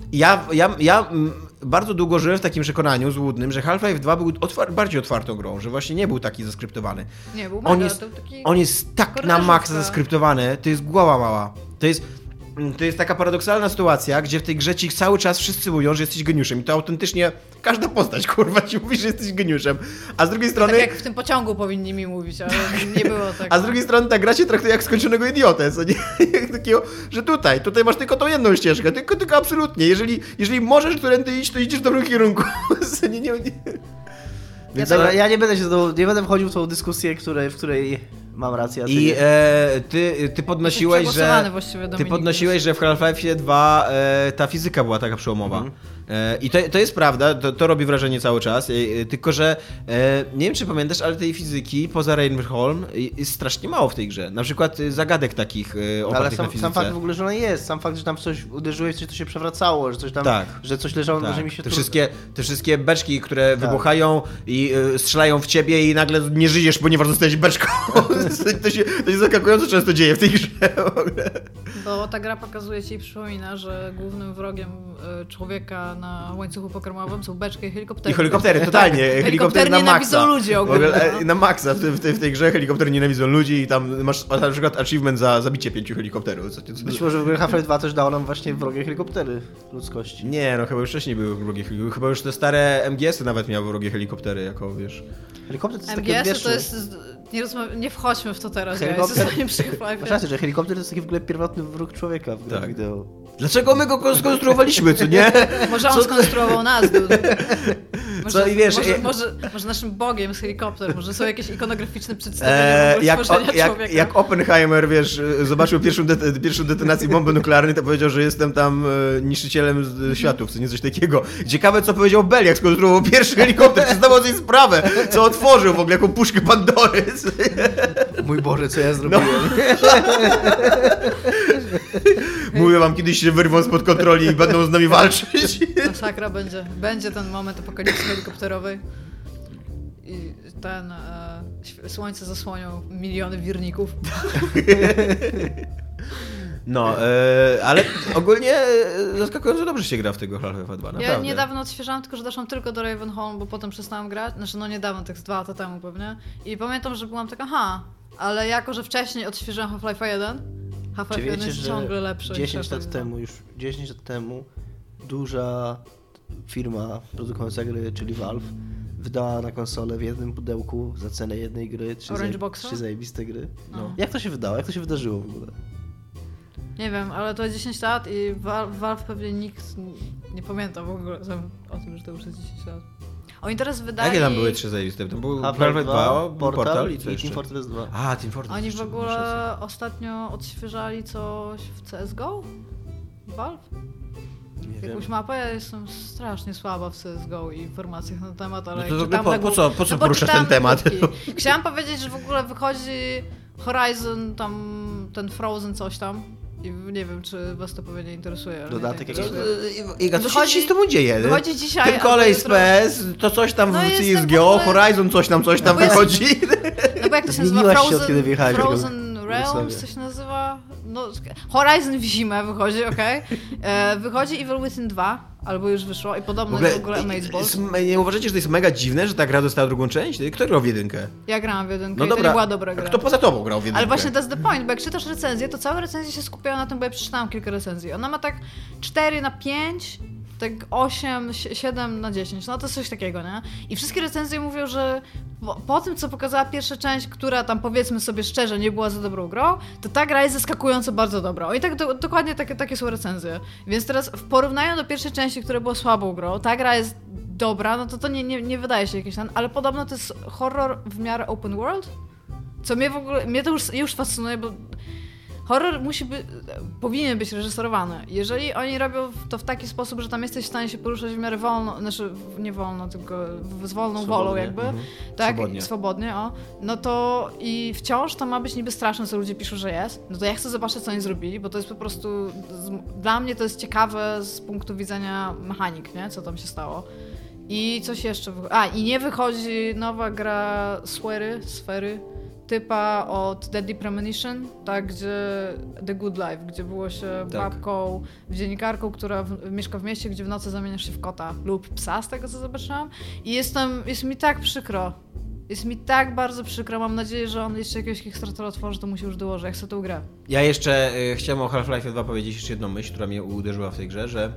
Ja bardzo długo żyłem w takim przekonaniu złudnym, że Half-Life 2 był bardziej otwartą grą, że właśnie nie był taki zaskryptowany. Nie, był mega, on jest tak na maksa zaskryptowany, to jest głowa mała. To jest taka paradoksalna sytuacja, gdzie w tej grze ci cały czas wszyscy mówią, że jesteś geniuszem i to autentycznie każda postać, kurwa, ci mówi, że jesteś geniuszem. A z drugiej strony... Tak jak w tym pociągu powinni mi mówić, ale nie było tak. A z drugiej strony ta gra się traktuje jak skończonego idiotę, co nie? Jak takiego, że tutaj masz tylko tą jedną ścieżkę, tylko absolutnie. Jeżeli możesz którędy iść, to idziesz w dobrym kierunku. nie. Więc dobra, ja nie będę wchodził w tą dyskusję, w której mam rację. I ty podnosiłeś, że w Half-Life 2 ta fizyka była taka przełomowa. I to jest prawda, to robi wrażenie cały czas, tylko że nie wiem, czy pamiętasz, ale tej fizyki poza Ravenholm jest strasznie mało w tej grze. Na przykład zagadek takich opartych na fizyce. Sam fakt w ogóle, że ona jest, sam fakt, że tam coś uderzyłeś, coś to się przewracało, że coś tam, że coś leżało na ziemi się... Te wszystkie beczki, które wybuchają i strzelają w ciebie i nagle nie żyjesz, ponieważ zostałeś beczką. To się zaskakująco często dzieje w tej grze. Bo ta gra pokazuje ci i przypomina, że głównym wrogiem człowieka na łańcuchu pokarmowym są beczki i helikoptery. I helikoptery, totalnie. Helikoptery na maksa. Ludzi ogólnie. Na maksa w tej grze helikoptery nienawidzą ludzi i tam masz na przykład achievement za zabicie 5 helikopterów. Być może w ogóle Half-Life 2 też dało nam właśnie wrogie helikoptery ludzkości. Nie, no chyba już wcześniej były wrogie helikoptery. Chyba już te stare MGS-y nawet miały wrogie helikoptery, jako wiesz. Helikopter to jest MGS-y to jest... Nie wchodźmy w to teraz, Znaczy, że helikopter to jest taki w ogóle pierwotny wróg człowieka w grach wideo. Dlaczego my go skonstruowaliśmy, co nie? Może on skonstruował nas, dude. Co i wiesz... Może naszym bogiem jest helikopter, może są jakieś ikonograficzne przedstawienia człowieka. Jak Oppenheimer, wiesz, zobaczył pierwszą detonację bomby nuklearnej, to powiedział, że jestem tam niszczycielem światów, co nie coś takiego. Ciekawe, co powiedział Bell, jak skonstruował pierwszy helikopter, czy zdawał sobie sprawę, co otworzył w ogóle, jaką puszkę Pandory. Mój Boże, co ja zrobiłem? Mówię wam, kiedyś się wyrwą spod kontroli i będą z nami walczyć. Masakra będzie. Będzie ten moment apokalipsy helikopterowej. I słońce zasłonią miliony wirników. No, ale ogólnie zaskakująco dobrze się gra w tego Half-Life 2, naprawdę. Ja niedawno odświeżałam, tylko że doszłam tylko do Ravenholm, bo potem przestałam grać. Znaczy, niedawno, tak z 2 lata temu pewnie. I pamiętam, że byłam taka, ale jako, że wcześniej odświeżyłam Half-Life 1, Half-Life 1 jest ciągle lepszy. 10 lat temu duża firma produkująca gry, czyli Valve, wydała na konsolę w jednym pudełku za cenę jednej gry 3 zajebiste gry. No. Jak to się wydało? Jak to się wydarzyło w ogóle? Nie wiem, ale to jest 10 lat i Valve pewnie nikt nie pamięta w ogóle o tym, że to już jest 10 lat. Oni teraz wydają... Jakie tam były 3 zajebiste? To był Half-Life 2, Portal i co jeszcze? Team Fortress 2. A, Team Fortress. Oni w ogóle ostatnio odświeżali coś w CSGO? Valve? Jakąś mapę? Ja jestem strasznie słaba w CSGO i informacjach na ten temat, ale no to po co poruszasz ten temat? Chciałam powiedzieć, że w ogóle wychodzi Horizon, tam ten Frozen coś tam. I nie wiem, czy was to pewnie interesuje. ale Dodatek nie jakiś? Iga, co się z tobą dzieje? Wychodzi dzisiaj. Ten kolej z albo PS, to coś tam No w jestem CSGO, w ogóle- Horizon coś tam No bo jest- wychodzi. No bo jak to się Zmieniłaś nazywa? się od kiedy wyjechałeś do Frozen Realms, Wrocławia. coś się nazywa? No, Horizon w zimę wychodzi, okej. Wychodzi Evil Within 2, albo już wyszło i podobno jest w ogóle Amazeballs. Nie uważacie, że to jest mega dziwne, że ta gra dostała drugą część? Kto grał w jedynkę? Ja grałam w jedynkę No i to nie dobra, była dobra a gra. kto poza tobą grał w jedynkę? Ale właśnie that's the point, bo jak czytasz recenzję, to całe recenzje się skupiają na tym, bo ja przeczytałam kilka recenzji. Ona ma tak 4/5, tak 8, 7/10, no to jest coś takiego, nie? I wszystkie recenzje mówią, że po tym, co pokazała pierwsza część, która tam powiedzmy sobie szczerze nie była za dobrą grą, to ta gra jest zaskakująco bardzo dobra. I tak dokładnie takie są recenzje. Więc teraz w porównaniu do pierwszej części, która była słabą grą, ta gra jest dobra, no to nie wydaje się jakiś ten, ale podobno to jest horror w miarę open world, co mnie to już fascynuje, bo horror powinien być reżyserowany. Jeżeli oni robią to w taki sposób, że tam jesteś w stanie się poruszać w miarę wolno, znaczy nie wolno, tylko z wolną wolą jakby, tak? Swobodnie, no to i wciąż to ma być niby straszne, co ludzie piszą, że jest, no to ja chcę zobaczyć, co oni zrobili, bo to jest po prostu, dla mnie to jest ciekawe z punktu widzenia mechanik, nie? Co tam się stało. I coś jeszcze i nie wychodzi nowa gra Sfery, typa od Deadly Premonition, tak, gdzie The Good Life, gdzie było się babką, dziennikarką, która mieszka w mieście, gdzie w nocy zamieniasz się w kota lub psa, z tego co zobaczyłam. I jest mi tak przykro. Jest mi tak bardzo przykro. Mam nadzieję, że on jeszcze jakiegoś Kickstartera otworzy, to mu się już dołoży. Ja chcę tę grę. Ja jeszcze chciałem o Half-Life 2 powiedzieć jeszcze jedną myśl, która mnie uderzyła w tej grze, że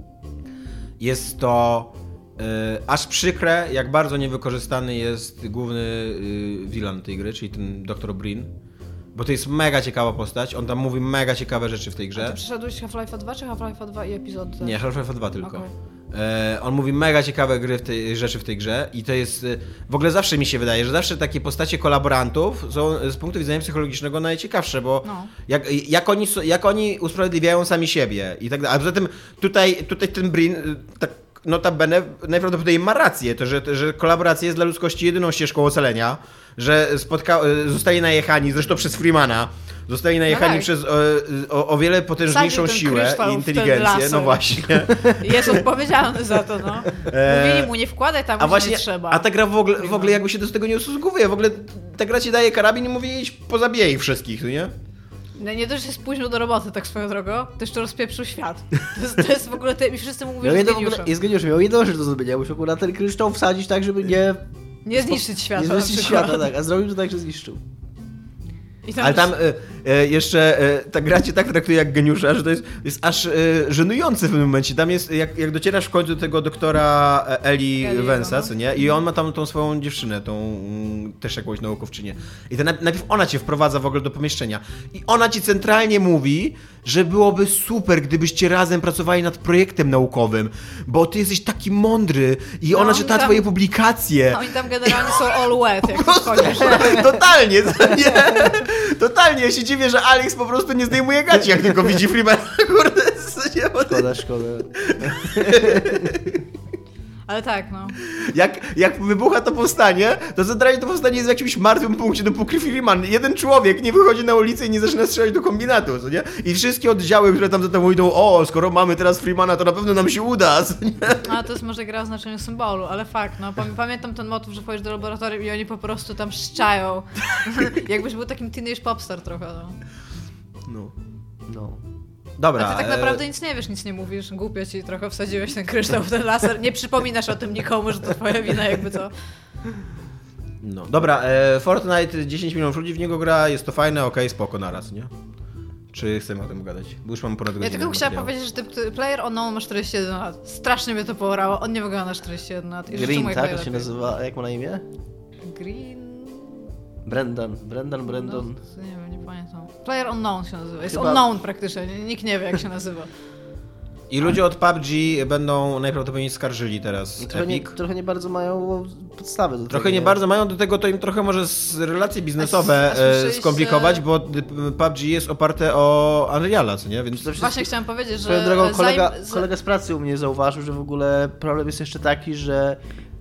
jest to aż przykre, jak bardzo niewykorzystany jest główny villain tej gry, czyli ten Dr. Brin. Bo to jest mega ciekawa postać, on tam mówi mega ciekawe rzeczy w tej grze. A ty przeszedłeś Half-Life 2 czy Half-Life 2 i epizod? Nie, Half-Life 2 tylko. Okay. On mówi mega ciekawe rzeczy w tej grze i to jest, w ogóle zawsze mi się wydaje, że zawsze takie postacie kolaborantów są z punktu widzenia psychologicznego najciekawsze, bo jak oni usprawiedliwiają sami siebie i tak dalej. A poza tym tutaj ten Brin, tak notabene najprawdopodobniej ma rację, to, że kolaboracja jest dla ludzkości jedyną ścieżką ocalenia, że zostali najechani, zresztą przez Freemana, zostali najechani przez o wiele potężniejszą siłę i inteligencję, no właśnie. Jest odpowiedzialny za to, no. Mówili mu, nie wkładaj tam, gdzie nie trzeba. A ta gra w ogóle jakby się do tego nie usługuje, w ogóle ta gra ci daje karabin i mówi, idź pozabijaj ich wszystkich, nie? No nie dość, że się spóźnił do roboty, tak swoją drogą, to jeszcze rozpieprzył świat. To jest w ogóle, i wszyscy mu mówią, że jest geniuszem. Jest geniuszem, miał jedną rzecz do zrobienia, musiał akurat ten kryształ wsadzić tak, żeby nie zniszczyć świata. Nie zniszczyć świata, tak, a zrobił to tak, że zniszczył. Ale tam jeszcze ta gra cię tak traktuje jak geniusza, że to jest aż żenujące w tym momencie. Tam jest, jak docierasz w końcu do tego doktora Eli Vance'a, co nie? I on ma tam tą swoją dziewczynę, tą też jakąś naukowczynię. I to najpierw ona cię wprowadza w ogóle do pomieszczenia. I ona ci centralnie mówi, że byłoby super, gdybyście razem pracowali nad projektem naukowym, bo ty jesteś taki mądry i ona czyta twoje publikacje. Oni tam generalnie są all wet, jak wchodzisz. Totalnie, nie? Totalnie, ja się dziwię, że Alex po prostu nie zdejmuje gaci, jak tylko widzi Freemana. Kurde, szkoda. Ale tak, no. Jak wybucha to powstanie, to centralnie to powstanie jest w jakimś martwym punkcie, dopóki Freeman, jeden człowiek nie wychodzi na ulicę i nie zaczyna strzelać do kombinatu, co nie? I wszystkie oddziały, które tam za tobą idą, skoro mamy teraz Freemana, to na pewno nam się uda, co nie? A to jest może gra o znaczeniu symbolu, ale fakt, no. Pamiętam ten motyw, że wchodzisz do laboratorium i oni po prostu tam szczają. Jakbyś był takim teenage popstar trochę, no. No. Dobra. A ty tak naprawdę nic nie wiesz, nic nie mówisz. Głupio ci trochę wsadziłeś ten kryształ w ten laser. Nie przypominasz o tym nikomu, że to twoja wina, jakby co. No. Dobra, Fortnite, 10 milionów ludzi w niego gra, jest to fajne, okej, spoko, naraz, nie? Czy chcemy o tym gadać? Bo już mam ponad godzinę. Ja tylko chciałam powiedzieć, że PlayerUnknown ma 41 lat. Strasznie mnie to porało. On nie wygląda na 41 lat. Green, tak? To się nazywa, jak ma na imię? Green... Brandon. No, nie wiem, nie pamiętam. PlayerUnknown się nazywa. Jest Chyba... unknown praktycznie. Nikt nie wie, jak się nazywa. I ludzie od PUBG będą najprawdopodobniej skarżyli teraz Epic. Trochę nie bardzo mają podstawy do tego. Trochę nie bardzo mają do tego, to im trochę może relacje biznesowe skomplikować, bo PUBG jest oparte o Unreala, co nie? Więc... Właśnie chciałam powiedzieć, że... Swoją drogą kolega z pracy u mnie zauważył, że w ogóle problem jest jeszcze taki, że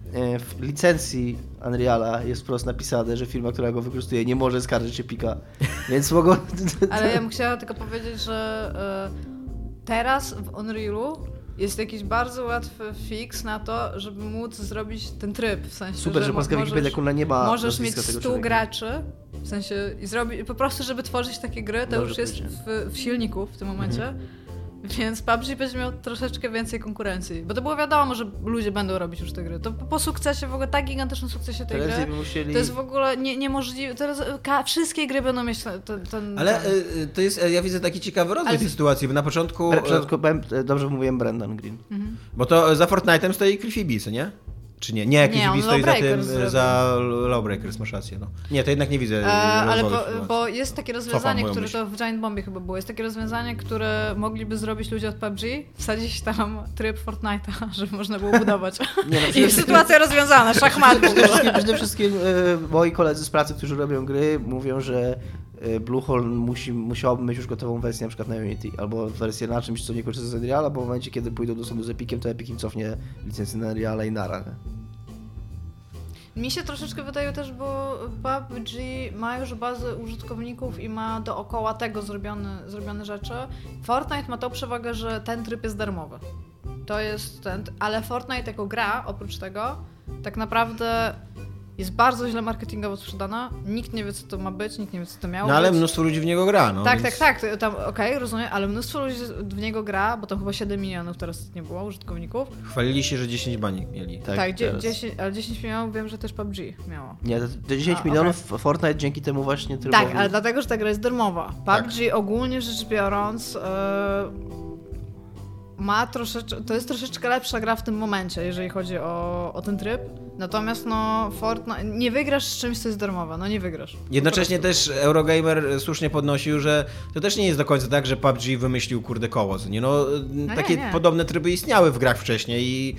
w licencji Unreala jest wprost napisane, że firma, która go wykorzystuje, nie może skarżyć się Epika, więc mogą... Ale ja bym chciała tylko powiedzieć, że teraz w Unrealu jest jakiś bardzo łatwy fix na to, żeby móc zrobić ten tryb, w sensie, Super, że polska Wikipedia kurna nie ma możesz mieć nazwiska tego 100 człowieka. graczy, w sensie i zrobić, po prostu żeby tworzyć takie gry, to Może już jest być. w silniku w tym momencie. Więc PUBG będzie miał troszeczkę więcej konkurencji. Bo to było wiadomo, że ludzie będą robić już te gry. To po sukcesie, w ogóle tak gigantycznym sukcesie tej Teraz gry, by musieli... to jest w ogóle niemożliwe. Teraz wszystkie gry będą mieć ten... Ale to jest, ja widzę taki ciekawy rozwój tej sytuacji, bo na początku... Dobrze mówiłem Brendan Green. Bo to za Fortnite'em stoi Cliffy B, co nie? Czy nie? Nie, Cliffy B stoi za tym, za Lawbreakers, masz rację, no. Nie, to jednak nie widzę ale rozwoju bo jest takie rozwiązanie, które myśl. to w Giant Bombie chyba było, jest takie rozwiązanie, które mogliby zrobić ludzie od PUBG, wsadzić tam tryb Fortnite'a, żeby można było budować. I sytuacja rozwiązana, szachmat. Przede wszystkim moi koledzy z pracy, którzy robią gry, mówią, że Bluehole musiałoby mieć już gotową wersję na przykład na Unity, albo wersję na czymś, co nie korzysta z Unreala, bo w momencie, kiedy pójdą do sądu z Epiciem, to Epic im cofnie licencję na Unreala i nara. Mi się troszeczkę wydaje też, bo PUBG ma już bazę użytkowników i ma dookoła tego zrobione rzeczy. Fortnite ma tą przewagę, że ten tryb jest darmowy. To jest ten, ale Fortnite jako gra, oprócz tego, tak naprawdę jest bardzo źle marketingowo sprzedana. Nikt nie wie, co to ma być, nikt nie wie, co to miało być. No ale mnóstwo ludzi w niego gra, no. Tak, więc... tak. Tam, okej, rozumiem, ale mnóstwo ludzi w niego gra, bo tam chyba 7 milionów teraz nie było użytkowników. Chwalili się, że 10 baniek mieli. Tak, 10 milionów wiem, że też PUBG miało. Nie, te 10 milionów Fortnite dzięki temu właśnie trybowi. Tak, ale dlatego, że ta gra jest darmowa. PUBG ogólnie rzecz biorąc ma troszeczkę, to jest troszeczkę lepsza gra w tym momencie, jeżeli chodzi o ten tryb. Natomiast no Fortnite, nie wygrasz z czymś, co jest darmowe, no nie wygrasz. Jednocześnie też Eurogamer słusznie podnosił, że to też nie jest do końca tak, że PUBG wymyślił kurde koło, nie? No, takie nie. podobne tryby istniały w grach wcześniej i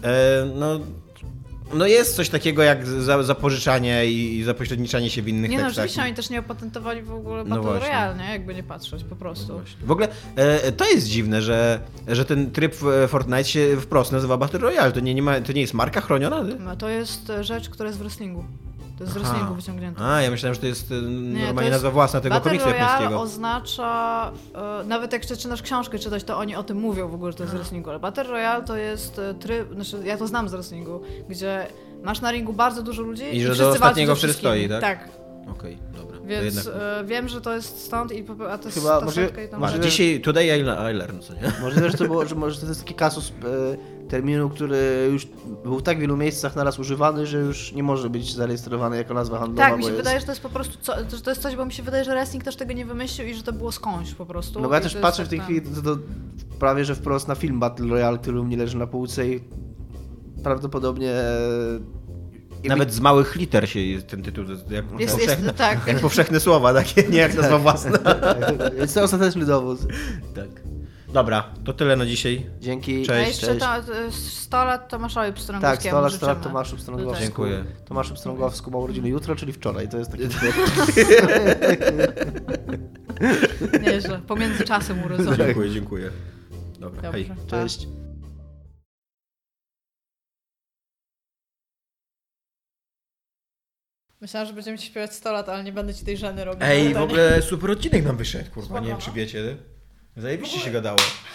no jest coś takiego jak zapożyczanie i zapośredniczanie się w innych Nie no, tekstach. oczywiście oni też nie opatentowali w ogóle Battle Royale, nie? Jakby nie patrzeć, po prostu. No w ogóle to jest dziwne, że ten tryb w Fortnite się wprost nazywa Battle Royale. To nie jest marka chroniona? No, to jest rzecz, która jest w wrestlingu. To jest z wrestlingu wyciągnięte. A, ja myślałem, że to jest normalnie to jest nazwa własna tego komiksu Battle Royale japońskiego. oznacza, nawet jak zaczynasz książkę czytać, to oni o tym mówią w ogóle, że to jest z wrestlingu, ale Battle Royale to jest tryb, znaczy ja to znam z wrestlingu, gdzie masz na ringu bardzo dużo ludzi I że wszyscy do ostatniego walczą ze przystoi, wszystkimi. tak? Tak. Okej, dobra. Więc wiem, że to jest stąd, a to jest Chyba ta może- setka i tam... może- Dzisiaj, today I learn, co nie? Możliwe, że to było, że może to jest taki kasus terminu, który już był w tak wielu miejscach naraz używany, że już nie może być zarejestrowany jako nazwa handlowa. Tak, mi się bo jest... wydaje, że to jest po prostu, że to jest coś, bo mi się wydaje, że wrestling też tego nie wymyślił i że to było skądś po prostu. No bo ja I też to patrzę jest w tej tak chwili to prawie, że wprost na film Battle Royale, który u mnie leży na półce i prawdopodobnie... Nawet z małych liter się ten tytuł, jak powszechne, tak. jak powszechne słowa, takie, nie jak nazwa własna. Jest to ostateczny dowód. Tak. Dobra, to tyle na dzisiaj. Dzięki. A Cześć. jeszcze Cześć. 100 lat Tomaszowi Tak, Pstrągowskiemu 100 lat życzymy. Tomaszu Pstrągowsku. Dziękuję. Tomaszu Pstrągowsku ma urodziny jutro, czyli wczoraj. To jest taki... Nieźle, pomiędzy czasem urodzony. Dziękuję. Dobra, Dobrze, hej. pa. Cześć. Myślałam, że będziemy ci śpiewać 100 lat, ale nie będę ci tej żeny robić. Ej, w ogóle super odcinek nam wyszedł, kurwa, nie wiem czy wiecie. Zajebiście się gadało.